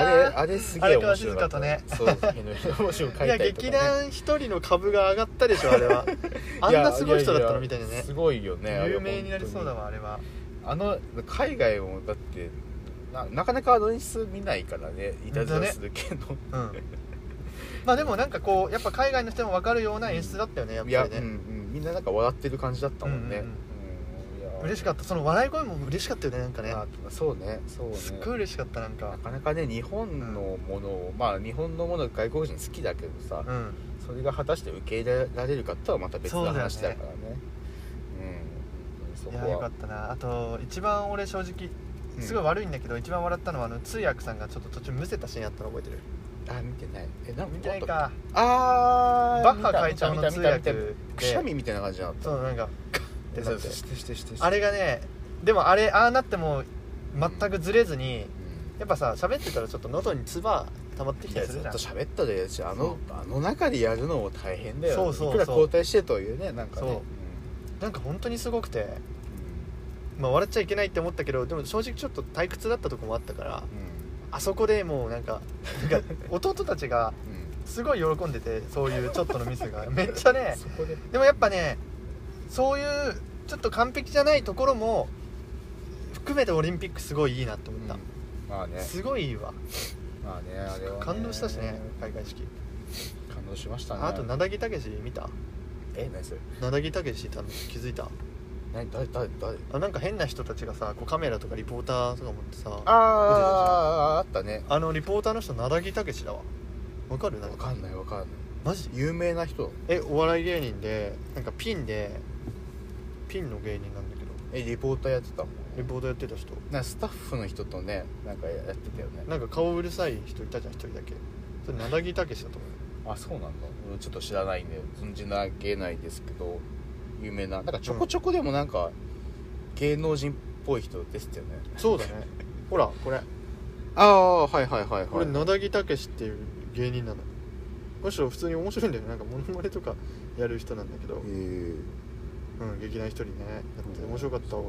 あれすげえ面白かったね。 そう面白い書いたりとかね。 いや劇団一人の株が上がったでしょあれは。あんなすごい人だったのみたいなね。 すごいよね。 有名になりそうだわあれは。 海外もだってなかなか演出見ないからね、いたずらするけど、 でもなんかこうやっぱ海外の人も分かるような演出だったよねやっぱりね。 みんななんか笑ってる感じだったもんね。 嬉しかった。その笑い声も嬉しかったよねなんかね。 そうねすっごい嬉しかった。なんかなかなかね日本のものを、日本のもの外国人好きだけどさ、それが果たして受け入れられるかとはまた別の話だからね。 いやよかったな。あと一番俺正直すごい悪いんだけど、一番笑ったのは通訳さんがちょっと途中むせたシーンあったの覚えてる？ 見てない。 見てないか。 バッハ会長の通訳でくしゃみみたいな感じなの。 そうなんかしてあれがね、でもあれなっても全くずれずに、やっぱさ喋ってたらちょっと喉に唾溜まってきたりするじゃん。 ずっと喋ったでやし、あの中でやるのも大変だよ。 そういくら交代してというね、なんかね、 なんか本当にすごくて、笑っちゃいけないって思ったけど、でも正直ちょっと退屈だったとこもあったから、あそこでもうなんか弟たちがすごい喜んでて、そういうちょっとのミスがめっちゃねでもやっぱね、そういうちょっと完璧じゃないところも含めてオリンピックすごいいいなって思った。すごいいいわ。 あれはね感動したしね、開会式感動しましたね。 あと名田木武見た？ 何それ？ 名田木武気づいた？ なんか変な人たちがさこうカメラとかリポーターとか持ってさあったね。 リポーターの人名木武だわ。わかる？ わかんないマジ有名な人？ お笑い芸人でなんかピンの芸人なんだけど。 リポーターやってた？ リポーターやってた人なんかスタッフの人とねなんかやってたよね。 なんか顔うるさい人いたじゃん、一人だけ。それ名木武だと思う。 あ、そうなんだ。ちょっと知らないんで存じ上げないですけど、有名ななんかちょこちょこでもなんか芸能人っぽい人ですよね。 そうだね。ほらこれはいこれ名木武っていう芸人なの。むしろ普通に面白いんだよね。なんかモノマネとかやる人なんだけど、劇団一人ねやって面白かった俺。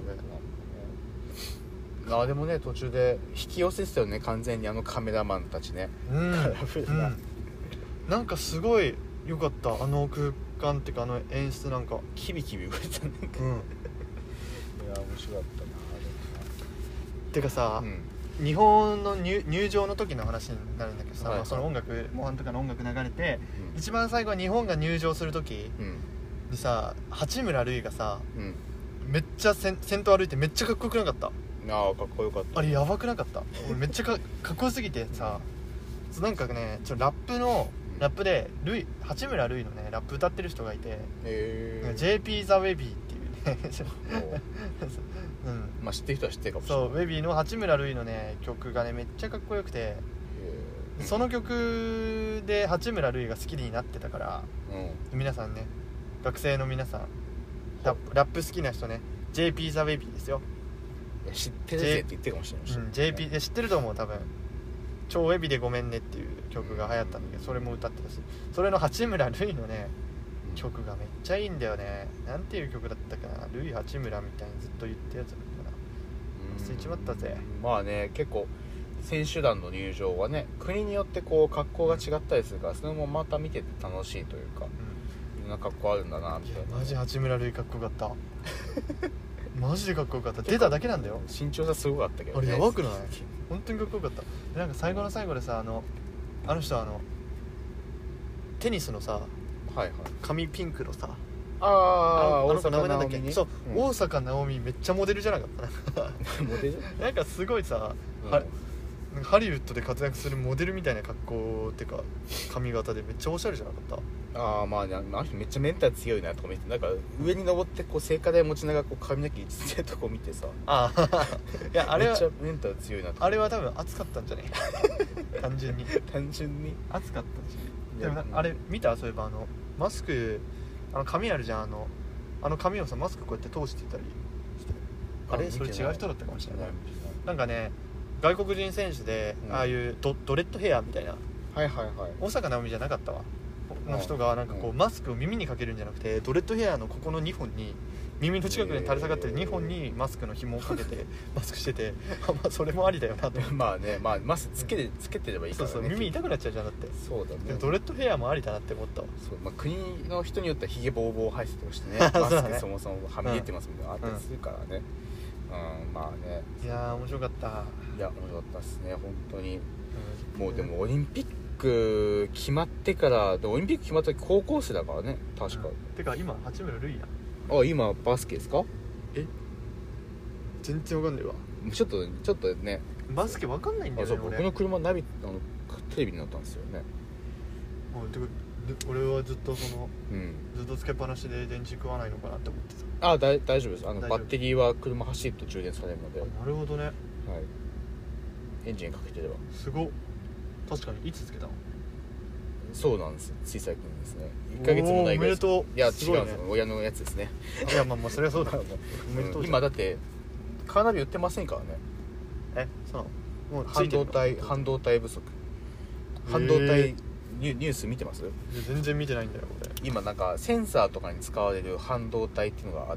でもね途中で引き寄せてたよね完全にカメラマンたちね。カラフルな、 なんかすごい良かった。空間っていうか演出なんかキビキビ動いてたね。いや面白かったな。 てかさ、日本の入場の時の話になるんだけどさ、その音楽モハンとかの音楽流れて、一番最後は日本が入場する時にさ、八村塁がさ、めっちゃ先頭歩いてめっちゃかっこよくなかった？ かっこよかった。 あれやばくなかった？俺めっちゃかっこよすぎてさ、なんかねラップで八村塁のねラップ歌ってる人がいて、JP The Webby っていうねまあ知ってる人は知ってるかもしれない。 そう、ウェビーの八村塁のね曲がねめっちゃかっこよくて、その曲で八村塁が好きになってたから、皆さんね、学生の皆さんラップ好きな人ね JP The Webby ですよ。 知ってるぜって言ってるかもしれない。 JP で知ってると思う。多分超ウェビでごめんねっていう曲が流行ったんだけど、それも歌ってたし、それの八村塁のね曲がめっちゃいいんだよね。なんていう曲だったかな、ルイ八村みたいにずっと言ったやつだったかな。忘れちまったぜ。 まあね結構選手団の入場はね国によってこう格好が違ったりするから、それもまた見てて楽しいというか、いろんな格好あるんだなみたいな。 マジ八村塁かっこよかったマジでかっこよかった。出ただけなんだよ。 身長差すごかったけどね。あれやばくない？本当にかっこよかった。でなんか最後の最後でさ、あの人テニスのさ、髪ピンクのさ、大阪直美ね。そう、大阪直美めっちゃモデルじゃなかったモデルなんかすごいさ、ハリウッドで活躍するモデルみたいな格好ってか髪型でめっちゃおしゃれじゃなかった？ まあね、あの人めっちゃメンタル強いなとか見て、なんか上に登ってこう聖火台持ちながらこう髪の毛一ってとこ見てさ、いやあれはめっちゃメンタル強いなと。 あれは多分暑かったんじゃね単純に暑かったんじゃね。 でもあれ見た？そういえばマスク髪あるじゃん、あの髪をさマスクこうやって通してたりして、あれそれ違う人だったかもしれない。なんかね外国人選手で、ああいうドレッドヘアみたいな、大阪なおみじゃなかったわの人がなんかこう、マスクを耳にかけるんじゃなくて、ドレッドヘアのここの2本に耳の近くに垂れ下がってる2本にマスクの紐をかけてマスクしててまあそれもありだよなとまあね、まあマスクつけてればいいからね。 そう耳痛くなっちゃうじゃん。だってそうだね。 ドレッドヘアもありだなって思ったわ。 そう、まあ、国の人によってはヒゲボーボー生えてたりしてねマスクそもそもはみ出てますみたいなのあったりするからね。まあね。 いやー面白かった。 いや面白かったですね本当に。もうでもオリンピック決まってから、オリンピック決まった時高校生だからね確か。 てか今八村塁やん。今バスケですか？ 全然わかんないわ。 ちょっとねバスケわかんないんだよね。 僕の車テレビになったんですよね。 俺はずっとずっとつけっぱなしで電池食わないのかなって思ってた。 大丈夫です。バッテリーは車走ると充電されるので。 なるほどね。 エンジンかけてれば。 すごっ。確かにいつつけたの？ そうなんですよ。つい最近ですね。1ヶ月もないぐらいです。 おめでとう。 いや違うんですよ。親のやつですね。 いやまあそれはそうだよね。おめでとう。 今だってカーナビ売ってませんからね。 そう。もう半導体不足。半導体ニュース見てます？ 全然見てないんだよ俺。 今なんかセンサーとかに使われる半導体っていうのがあって、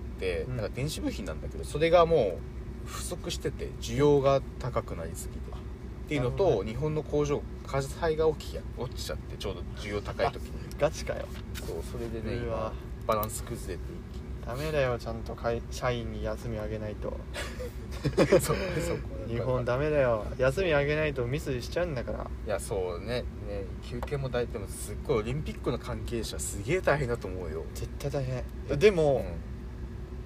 なんか電子部品なんだけど、それがもう不足してて需要が高くなりすぎてっていうのと、日本の工場火災が起きちゃって、ちょうど需要高い時に。 ガチかよ。 そう、それでね今バランス崩れて一気に。 ダメだよ、ちゃんと社員に休みあげないとそう日本ダメだよ、休みあげないとミスしちゃうんだから。 いやそうね休憩も大事。でもすっごいオリンピックの関係者すげえ大変だと思うよ。 絶対大変。でも、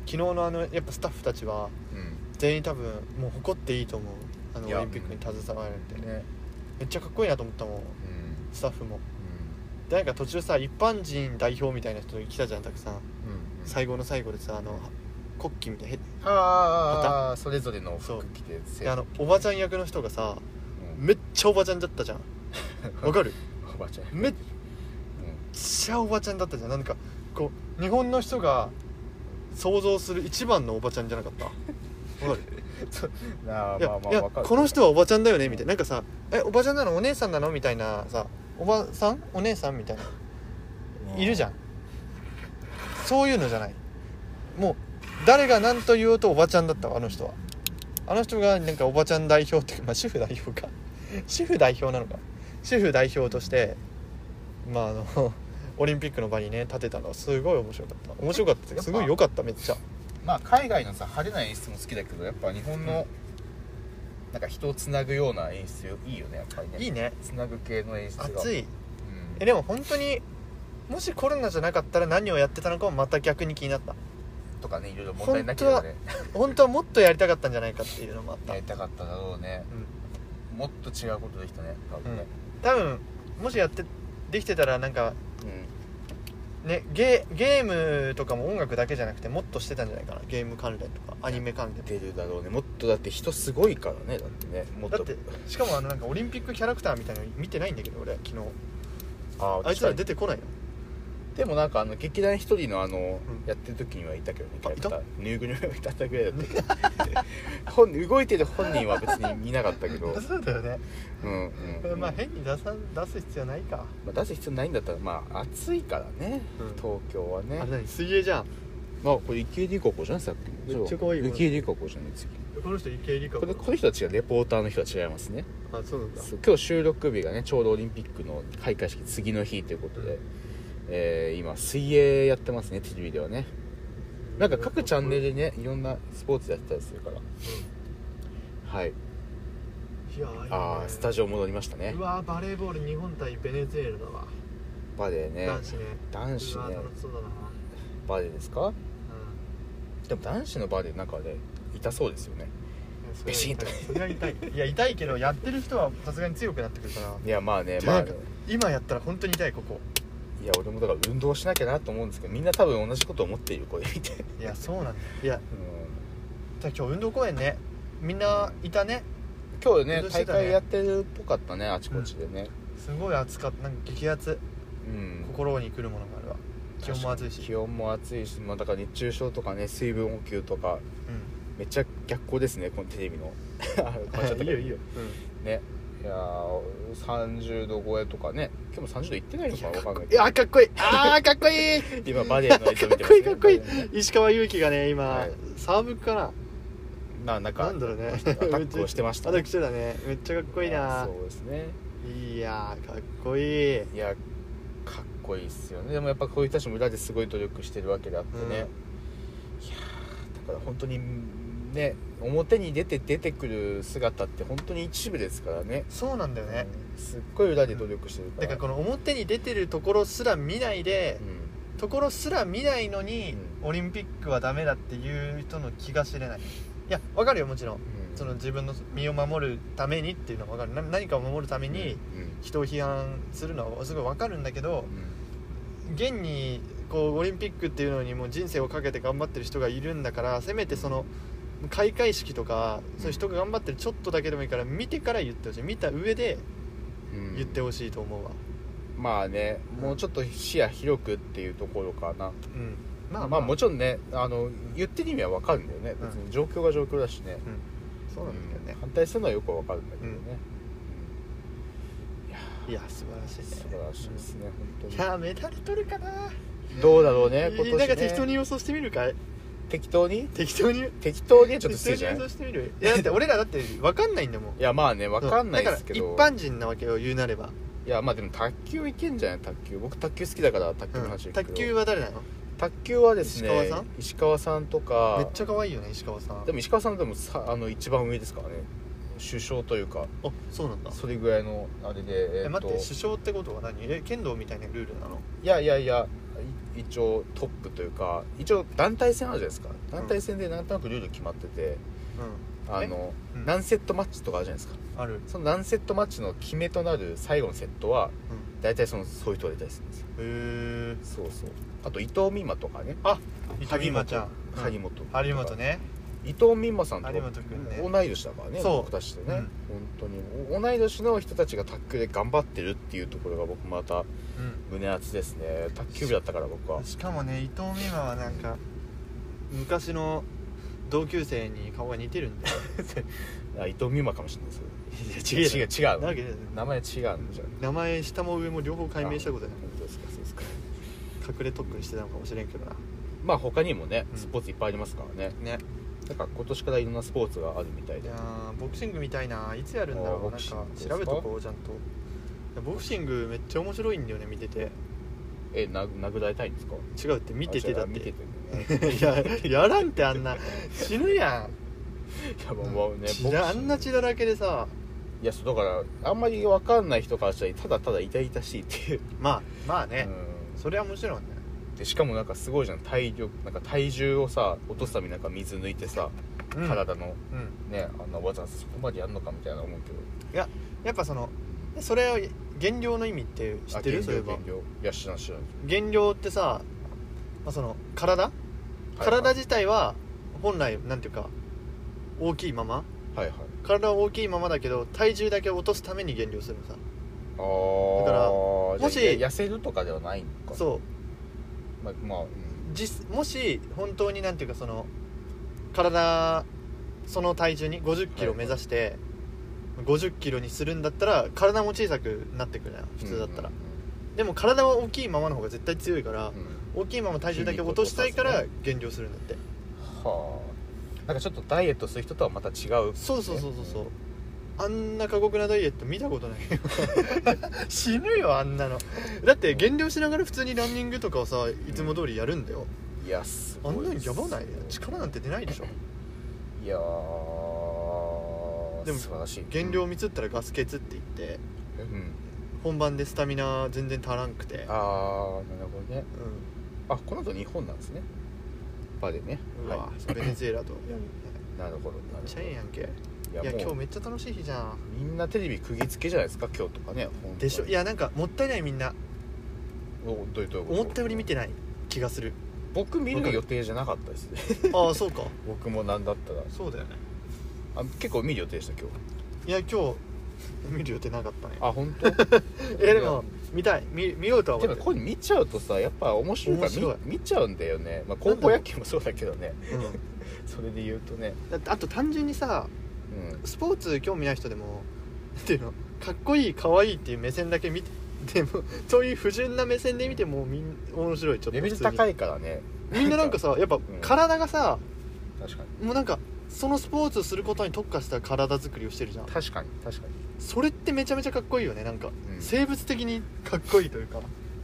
昨日のやっぱスタッフたちは全員多分もう誇っていいと思う。オリンピックに携わられて、ね、めっちゃかっこいいなと思ったもん、スタッフも。でなんか途中さ一般人代表みたいな人来たじゃん、たくさん、最後の最後でさ国旗みたいなそれぞれの服着てでおばちゃん役の人がさ、めっちゃおばちゃんだったじゃんわかるおばちゃんめっちゃおばちゃんだったじゃん。なんかこう日本の人が想像する一番のおばちゃんじゃなかったわかるいやこの人はおばちゃんだよねみたいな、なんかさおばちゃんなのお姉さんなのみたいなさ、おばさんお姉さんみたいないるじゃん。そういうのじゃない、もう誰が何と言おうとおばちゃんだったわ、あの人は。あの人がなんかおばちゃん代表ってまあ主婦代表か主婦代表なのか、主婦代表としてまあオリンピックの場にね立てたのはすごい面白かったすごい良かった。めっちゃまあ海外のさ派手な演出も好きだけど、やっぱ日本のなんか人をつなぐような演出いいよね、やっぱりね。いいね、 つなぐ系の演出が熱い、でも本当にもしコロナじゃなかったら何をやってたのかもまた逆に気になったとかね、いろいろ問題なければね本当はもっとやりたかったんじゃないかっていうのもあった。 やりたかっただろうね、もっと違うことできたね多分もしできてたらなんか、ね、ゲームとかも音楽だけじゃなくてもっとしてたんじゃないかな、ゲーム関連とかアニメ関連出るだろうね。もっとだって人すごいからね、だってね、もっとだってしかもなんかオリンピックキャラクターみたいなの見てないんだけど俺昨日あいつら出てこないの。 でもなんか劇団一人のやってる時にはいたけどね、キャラクターぬいぐるみがいたぐらいだったけど動いてる本人は別に見なかったけどそうだよね。まあ変に出す必要ないか、 出す必要ないんだったらまあ暑いからね、東京はね。 あれ何水泳じゃん。 まあこれ池江璃花子じゃん、さっきめっちゃ可愛い池江璃花子じゃんね、次この人池江璃花子。 この人たちがレポーターの人は違いますね。 あ、そうなんだ。 今日収録日がねちょうどオリンピックの開会式次の日ということで、今水泳やってますね、テレビではね。なんか各チャンネルでねいろんなスポーツやってたりするから、はい。 いやああスタジオ戻りましたね。 うわバレーボール日本対ベネズエラだわ。 バレーね、男子ねそうだな。 バレーですか、でも男子のバレーなんかね痛そうですよね。ベシンとそれは痛い。いや痛いけどやってる人はさすがに強くなってくるから。 いやまあね今やったら本当に痛いここ。 いや俺もだから運動しなきゃなと思うんですけど、みんな多分同じこと思っているこれ見て。 いやそうなんだ。いや、今日運動公園ねみんないたね。 今日ね大会やってるっぽかったね、あちこちでね、 すごい暑かった。なんか激暑、心に来るものがあるわ。気温も暑いし、まあ、 だから熱中症とかね水分補給とか、めっちゃ逆光ですねこのテレビのいいよいいよ、 ね。いや30度超えとかね、今日も30度いってないのか分かんないけど。 いやかっこいいかっこいい今バレーの映像見てますね。 かっこいい石川祐希がね今、サーブかな、なんだろうね、 アタックをしてましたね。 アタックしてたね。めっちゃかっこいいな。 そうですね。 いやかっこいい。 いやかっこいいっすよね。でもやっぱこういう人たちも裏ですごい努力してるわけであってね、いやだから本当にね表に出てくる姿って本当に一部ですからね。 そうなんだよね、 すっごい裏で努力してるから、 だからこの表に出てるところすら見ないで、ところすら見ないのに、オリンピックはダメだっていう人の気が知れない。いやわかるよもちろん、その自分の身を守るためにっていうのは分かる。何かを守るために人を批判するのはすごい分かるんだけど、現にこうオリンピックっていうのにもう人生をかけて頑張ってる人がいるんだから、せめてその開会式とかそういう人が頑張ってるちょっとだけでもいいから見てから言ってほしい。見た上で言ってほしいと思うわ。 まあね、もうちょっと視野広くっていうところかな。まあもちろんね言ってる意味は分かるんだよね。別に状況が状況だしね、 そうなんだよね。 反対するのはよく分かるんだけどね、 いや素晴らしいね。 素晴らしいですね、本当に。 いやメダル取るかな。 どうだろうね今年ね。 なんか適当に予想してみるかい。 適当にちょっと失礼じゃない。 予想してみる。いやだって俺らだって分かんないんだもん。 いやまあね分かんないですけど、 だから一般人なわけよ言うなれば。 いやまあでも卓球いけんじゃない。僕卓球好きだから卓球の話、 卓球は誰なの。 卓球はですね石川さんとか。 めっちゃ可愛いよね石川さん。 でも石川さんでも一番上ですからね、首相というか。 あそうなんだ。 それぐらいのあれで待って首相ってことは何。剣道みたいなルールなの。 いや一応トップというか、一応団体戦あるじゃないですか。団体戦でなんとなくルール決まってて、何セットマッチとかあるじゃないですか。 ある。 その何セットマッチの決めとなる最後のセットは、大体そういう人が出たりするんですよ。 へえ。 そうそう。あと伊藤美誠とかね。 伊藤美誠ちゃん、 張本張本ね。 伊藤美誠さんと張本君ね、 同い年だからね。僕たちとね、本当に同い年の人たちが卓球で頑張ってるっていうところが僕また胸熱ですね。卓球部だったから僕は。 しかもね、伊藤美誠はなんか昔の同級生に顔が似てるんだよ伊藤美誠かもしれないです。違う名前違うんじゃん。 名前下も上も両方解明したことない。 本当ですか。そうですか。 隠れ特訓してたのかもしれんけどな。 まあ他にもねスポーツいっぱいありますからね。だから今年からいろんなスポーツがあるみたいで。 いやボクシングみたいな。いつやるんだろう。なんか調べとこうちゃんと。ボクシングめっちゃ面白いんだよね、見てて。 殴られたいんですか？ 違うって、見ててだって。 見ててね。 いやらんってあんな死ぬやん。 いやもうね、 あんな血だらけでさ。 いやだからあんまり分かんない人からしたらただただ痛々しいっていう。 まあね、それはもちろんね。 でしかもなんかすごいじゃん、体重をさ落とすためになんか水抜いてさ、体のねわざわざそこまでやるのかみたいな思うけど。 いややっぱそれを減量の意味って知ってる？そういえば。 減量。いや知らん。 減量ってさ、その体自体は本来なんていうか大きいまま、体は大きいままだけど体重だけ落とすために減量するのさ。だからもし痩せるとかではないのか。 そう、もし本当になんていうかその体重に50キロ目指して50キロにするんだったら体も小さくなってくるな普通だったら。でも体は大きいままの方が絶対強いから、大きいまま体重だけ落としたいから減量するんだって。 なんかちょっとダイエットする人とはまた違う。 そう。あんな過酷なダイエット見たことない死ぬよあんなの。だって減量しながら普通にランニングとかをさいつも通りやるんだよ。 いやすごい。 あんなにやばない？力なんて出ないでしょ。 いやでも素晴らしい。 減量ミスったらガス欠って言って、本番でスタミナ全然足らんくて。 なるほどね。この後日本なんですね。バでね。 ベネズエラと。 なるほど。 めっちゃええやんけ。いや今日めっちゃ楽しい日じゃん。 みんなテレビ釘付けじゃないですか今日とかね。 でしょ。いやなんかもったいないみんな。 どういうこと？ 思ったより見てない気がする。 僕見る予定じゃなかったですね。 そうか。 僕もなんだったら。 そうだよね。 結構見る予定でした今日。いや今日見る予定なかったね。 本当？ でも見たい。見ようとは思って。 でもこれ見ちゃうとさやっぱ面白いから見ちゃうんだよね。高校野球もそうだけどね。それで言うとね。 だってあと単純にさ、スポーツ興味ない人でもっていうのかっこいい可愛いっていう目線だけ見てでもそういう不純な目線で見ても面白い。ちょっとレベル高いからね。 みんななんかさやっぱ体がさ、 確かにもうなんかそのスポーツをすることに特化した体作りをしてるじゃん。 確かにそれってめちゃめちゃかっこいいよね。なんか、生物的にかっこいいというか、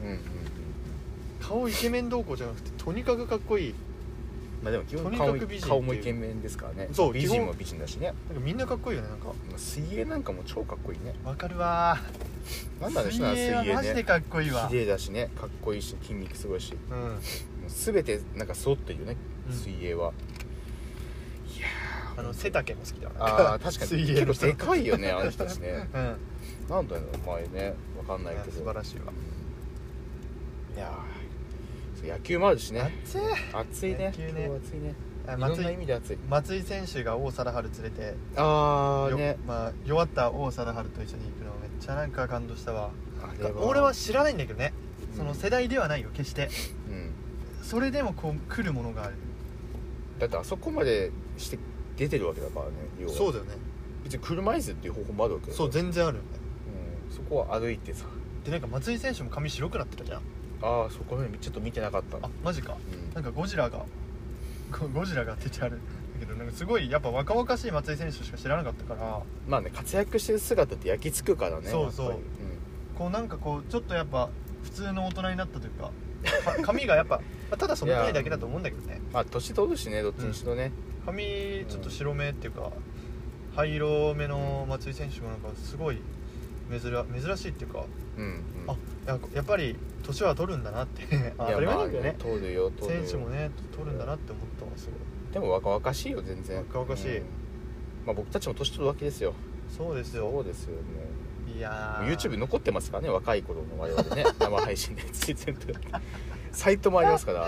顔イケメンどうこうじゃなくてとにかくかっこいい。 でも基本顔もイケメンですからね。 そう美人も美人だしね。 なんかみんなかっこいいよね。なんか水泳なんかも超かっこいいね。 わかるわ。 なんだろう、水泳はマジでかっこいいわ。 綺麗だしね、かっこいいし筋肉すごいし、全てなんか揃ってるよね、水泳は。いや背丈も好きだわ。 確かに結構でかいよねあの人たちね。なんだろう前ね、わかんないけど素晴らしいわ。 いや野球もあるしね。暑いね。 野球ね。 暑いね。いろんな意味で暑い。 松井選手が王貞治連れてね、 弱った王貞治と一緒に行くのめっちゃなんか感動したわ。俺は知らないんだけどね、その世代ではないよ決して。それでもこう来るものがある。 だってあそこまでして出てるわけだからね。 そうだよね。 別に車椅子っていう方法もあるわけだ。 そう全然あるよね。 そこは歩いてさ。 でなんか松井選手も髪白くなってたじゃん。 そこねちょっと見てなかった。 マジか。なんかゴジラがって言ってあるけど、なんかすごいやっぱ若々しい松井選手しか知らなかったから。 活躍してる姿って焼き付くからね。 そうこうなんかこうちょっとやっぱ普通の大人になったというか髪がやっぱただ染めたいだけだと思うんだけどね。 年取るしね、どっちにしろね。 髪ちょっと白目っていうか灰色目の松井選手もなんかすごい珍しいっていうか、 うん、 あやっぱり年は取るんだなって当たり前だけどね、 取るよ選手もね取るんだなって思ったわ。すごいでも若々しいよ全然。 若々しい、 まあ、僕たちも年取るわけですよ。 そうですよ。 そうですよね。 いやー YouTube 残ってますからね、若い頃の我々ね生配信で全部サイトもありますから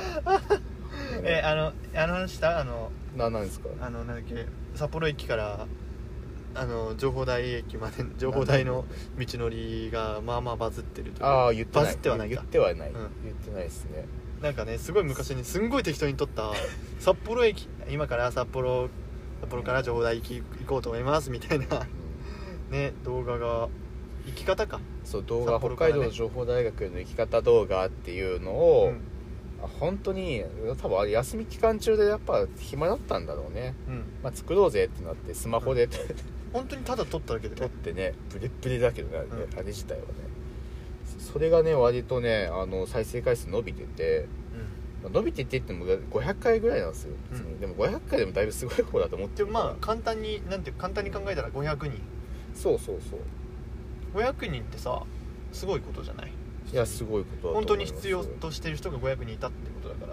話したなんですか。 なんだっけ、札幌駅から情報台駅まで情報台の道のりがまあまあバズってるという。 ああ、言ってない。 バズってはないか。 言ってはない、 うん、 言ってないですね。 なんかね、すごい昔にすんごい適当に撮った札幌駅、今から札幌から情報台行こうと思いますみたいなね、動画が、生き方か、 そう動画、 北海道情報大学の生き方動画っていうのを、本当に多分あれ休み期間中でやっぱ暇だったんだろうね、まあ、作ろうぜってなってスマホで、 本当にただ撮っただけで、 撮ってね、ブレッブレだけどね、あれ自体はね。それがね割とね再生回数伸びてて、伸びてって言っても500回ぐらいなんですよ、でも500回でもだいぶすごい方だと思ってるから。 まあ簡単に考えたら500人、 そう 500人ってさ、すごいことじゃない？ いや、すごいことだと思います。 本当に必要としてる人が500人いたってことだから、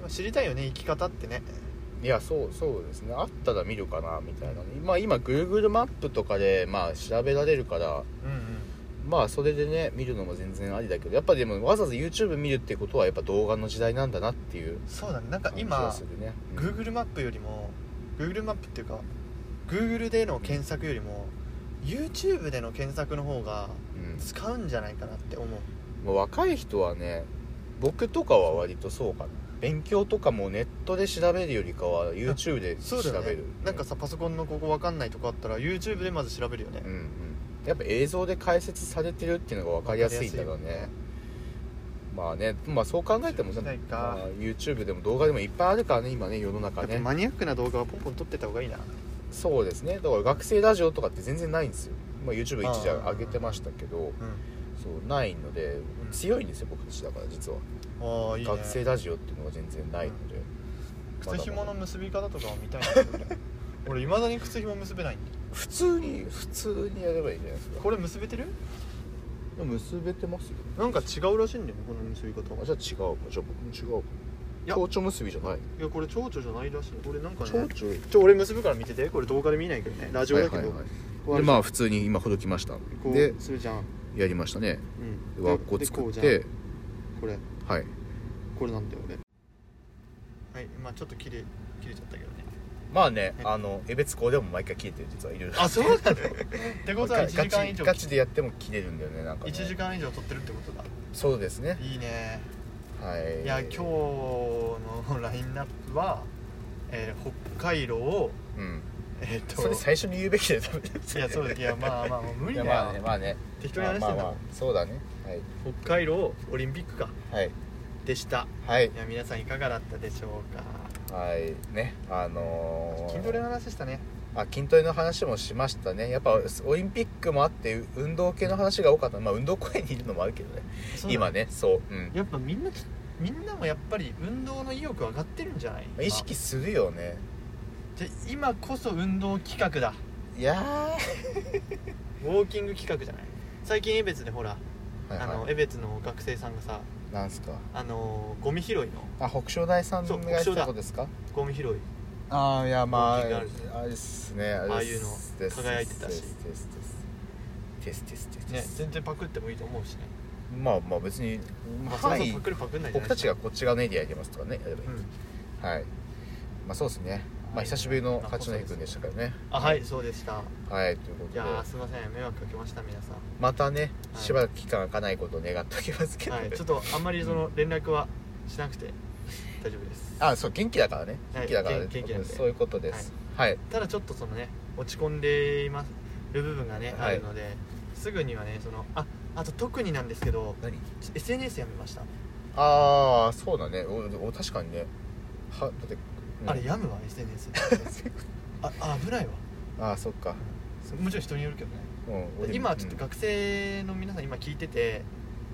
知りたいよね、生き方ってね。 いや、そうですね。あったら見るかなみたいな、まあ今 Google マップとかでまあ調べられるから、まあそれでね見るのも全然ありだけど、やっぱでもわざわざ YouTube 見るってことはやっぱ動画の時代なんだなっていう。 そうだね。なんか今、Google マップよりも Google マップっていうか Google での検索よりも YouTube での検索の方が使うんじゃないかなって思う。 もう若い人はね、僕とかは割とそうかな。勉強とかもネットで調べるよりかは YouTube で調べる。 そうだよね。なんかさ、パソコンのここ分かんないとこあったら YouTube でまず調べるよね。 やっぱ映像で解説されてるっていうのが分かりやすいんだろうね。まあね、まあそう考えても、まあ、YouTube でも動画でもいっぱいあるからね今ね、世の中ね。 マニアックな動画はポンポン撮ってた方がいいな。 そうですね。だから学生ラジオとかって全然ないんですよ。まあ、YouTube 一時上げてましたけど、そうないので強いんですよ僕たちだから実は。いいね、学生ラジオっていうのが全然ないので、 靴紐の結び方とかを見たいんだけどね俺未だに靴紐結べないんだ。 普通にやればいいじゃないですか。 これ結べてる？ 結べてますよ。 なんか違うらしいんだよね、この結び方。 じゃあ違うか。じゃあ僕も違うか。蝶々結びじゃない。いや、これ蝶々じゃないらしい。これなんかね、 俺結ぶから見てて。これ動画で見ないけどね、ラジオだけど、 でまあ普通に今ほどきました。 でするじゃん。 やりましたね。輪っこ作って、 これはいこれなんだよ俺。はい、まあちょっと切れちゃったけどね。 まあね、江別校でも毎回切れてる実はいる。 あ、そうなの？ってことは1時間以上ガチでやっても切れるんだよね、なんかね。 1時間以上撮ってるってことだ。 そうですね。 いいね。 はい。 いや、今日のラインナップは、北海道を、 それ最初に言うべきだよ多分。 いや、そうだ。いや、まあもう無理だよ。 まあね適当に話してた。 そうだね。はい。 北海道オリンピックか。 はい。 でした。 はい。 いや、皆さんいかがだったでしょうか。 はいね、 筋トレの話したね。 筋トレの話もしましたね。やっぱオリンピックもあって運動系の話が多かった。まあ運動公園にいるのもあるけどね。今ね、そう、 やっぱみんなもやっぱり運動の意欲上がってるんじゃない？ 意識するよね。 で今こそ運動企画だ。 いやウォーキング企画じゃない？最近江別でほら、江別の学生さんがさ、 なんすか、 ゴミ拾いの北昇大さんがやってたことですか？ ゴミ拾い。 いや、まああれですね。 ああいうの輝いてたし、 テスね、全然パクってもいいと思うしね。 まあ別に、 パクんない。 僕たちがこっち側のエリアやりますとかね、はい。まあそうですね。まあ久しぶりの八戸くんでしたからね。 はい、そうでした。 はい、ということで。 いや、すいません、迷惑かけました皆さん。 またね、しばらく期間が空かないことを願っておきますけど、 ちょっとあんまりその連絡はしなくて大丈夫です。 そう、元気だからね。元気だから、そういうことです。はい。 ただちょっとそのね、落ち込んでいる部分がねあるので、すぐにはね、あと特になんですけど、SNS やめました。 そうだね。確かにね。だって。 あれやむわ SNS 危ないわ。 そっか。 もちろん人によるけどね。今ちょっと学生の皆さん今聞いてて、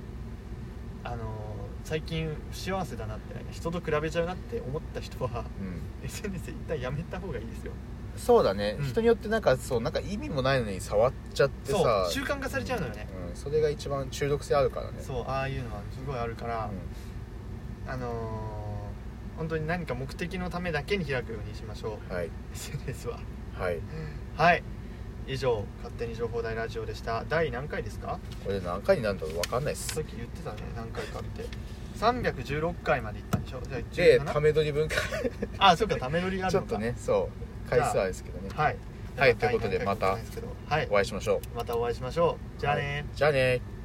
最近不幸せだなって、人と比べちゃうなって思った人は、SNS 一旦やめた方がいいですよ。 そうだね、 うん人によってなんか意味もないのに触っちゃってそうさ、 習慣化されちゃうのよね、 それが一番中毒性あるからね。 そうああいうのはすごいあるから、本当に何か目的のためだけに開くようにしましょう、 はい SNS は。 はいはい、以上勝手に情報大ラジオでした。第何回ですか？ これ何回になるんだろう分かんないっす。 さっき言ってたね、何回かって316回までいったんでしょ。じゃあで 17 ため撮り分解あ、そうか、ため撮りがあるのか。 ちょっとね、そう回数はですけどね。 はいはい、ということでまたはい、 お会いしましょう。 またお会いしましょう。じゃあね。 じゃあね。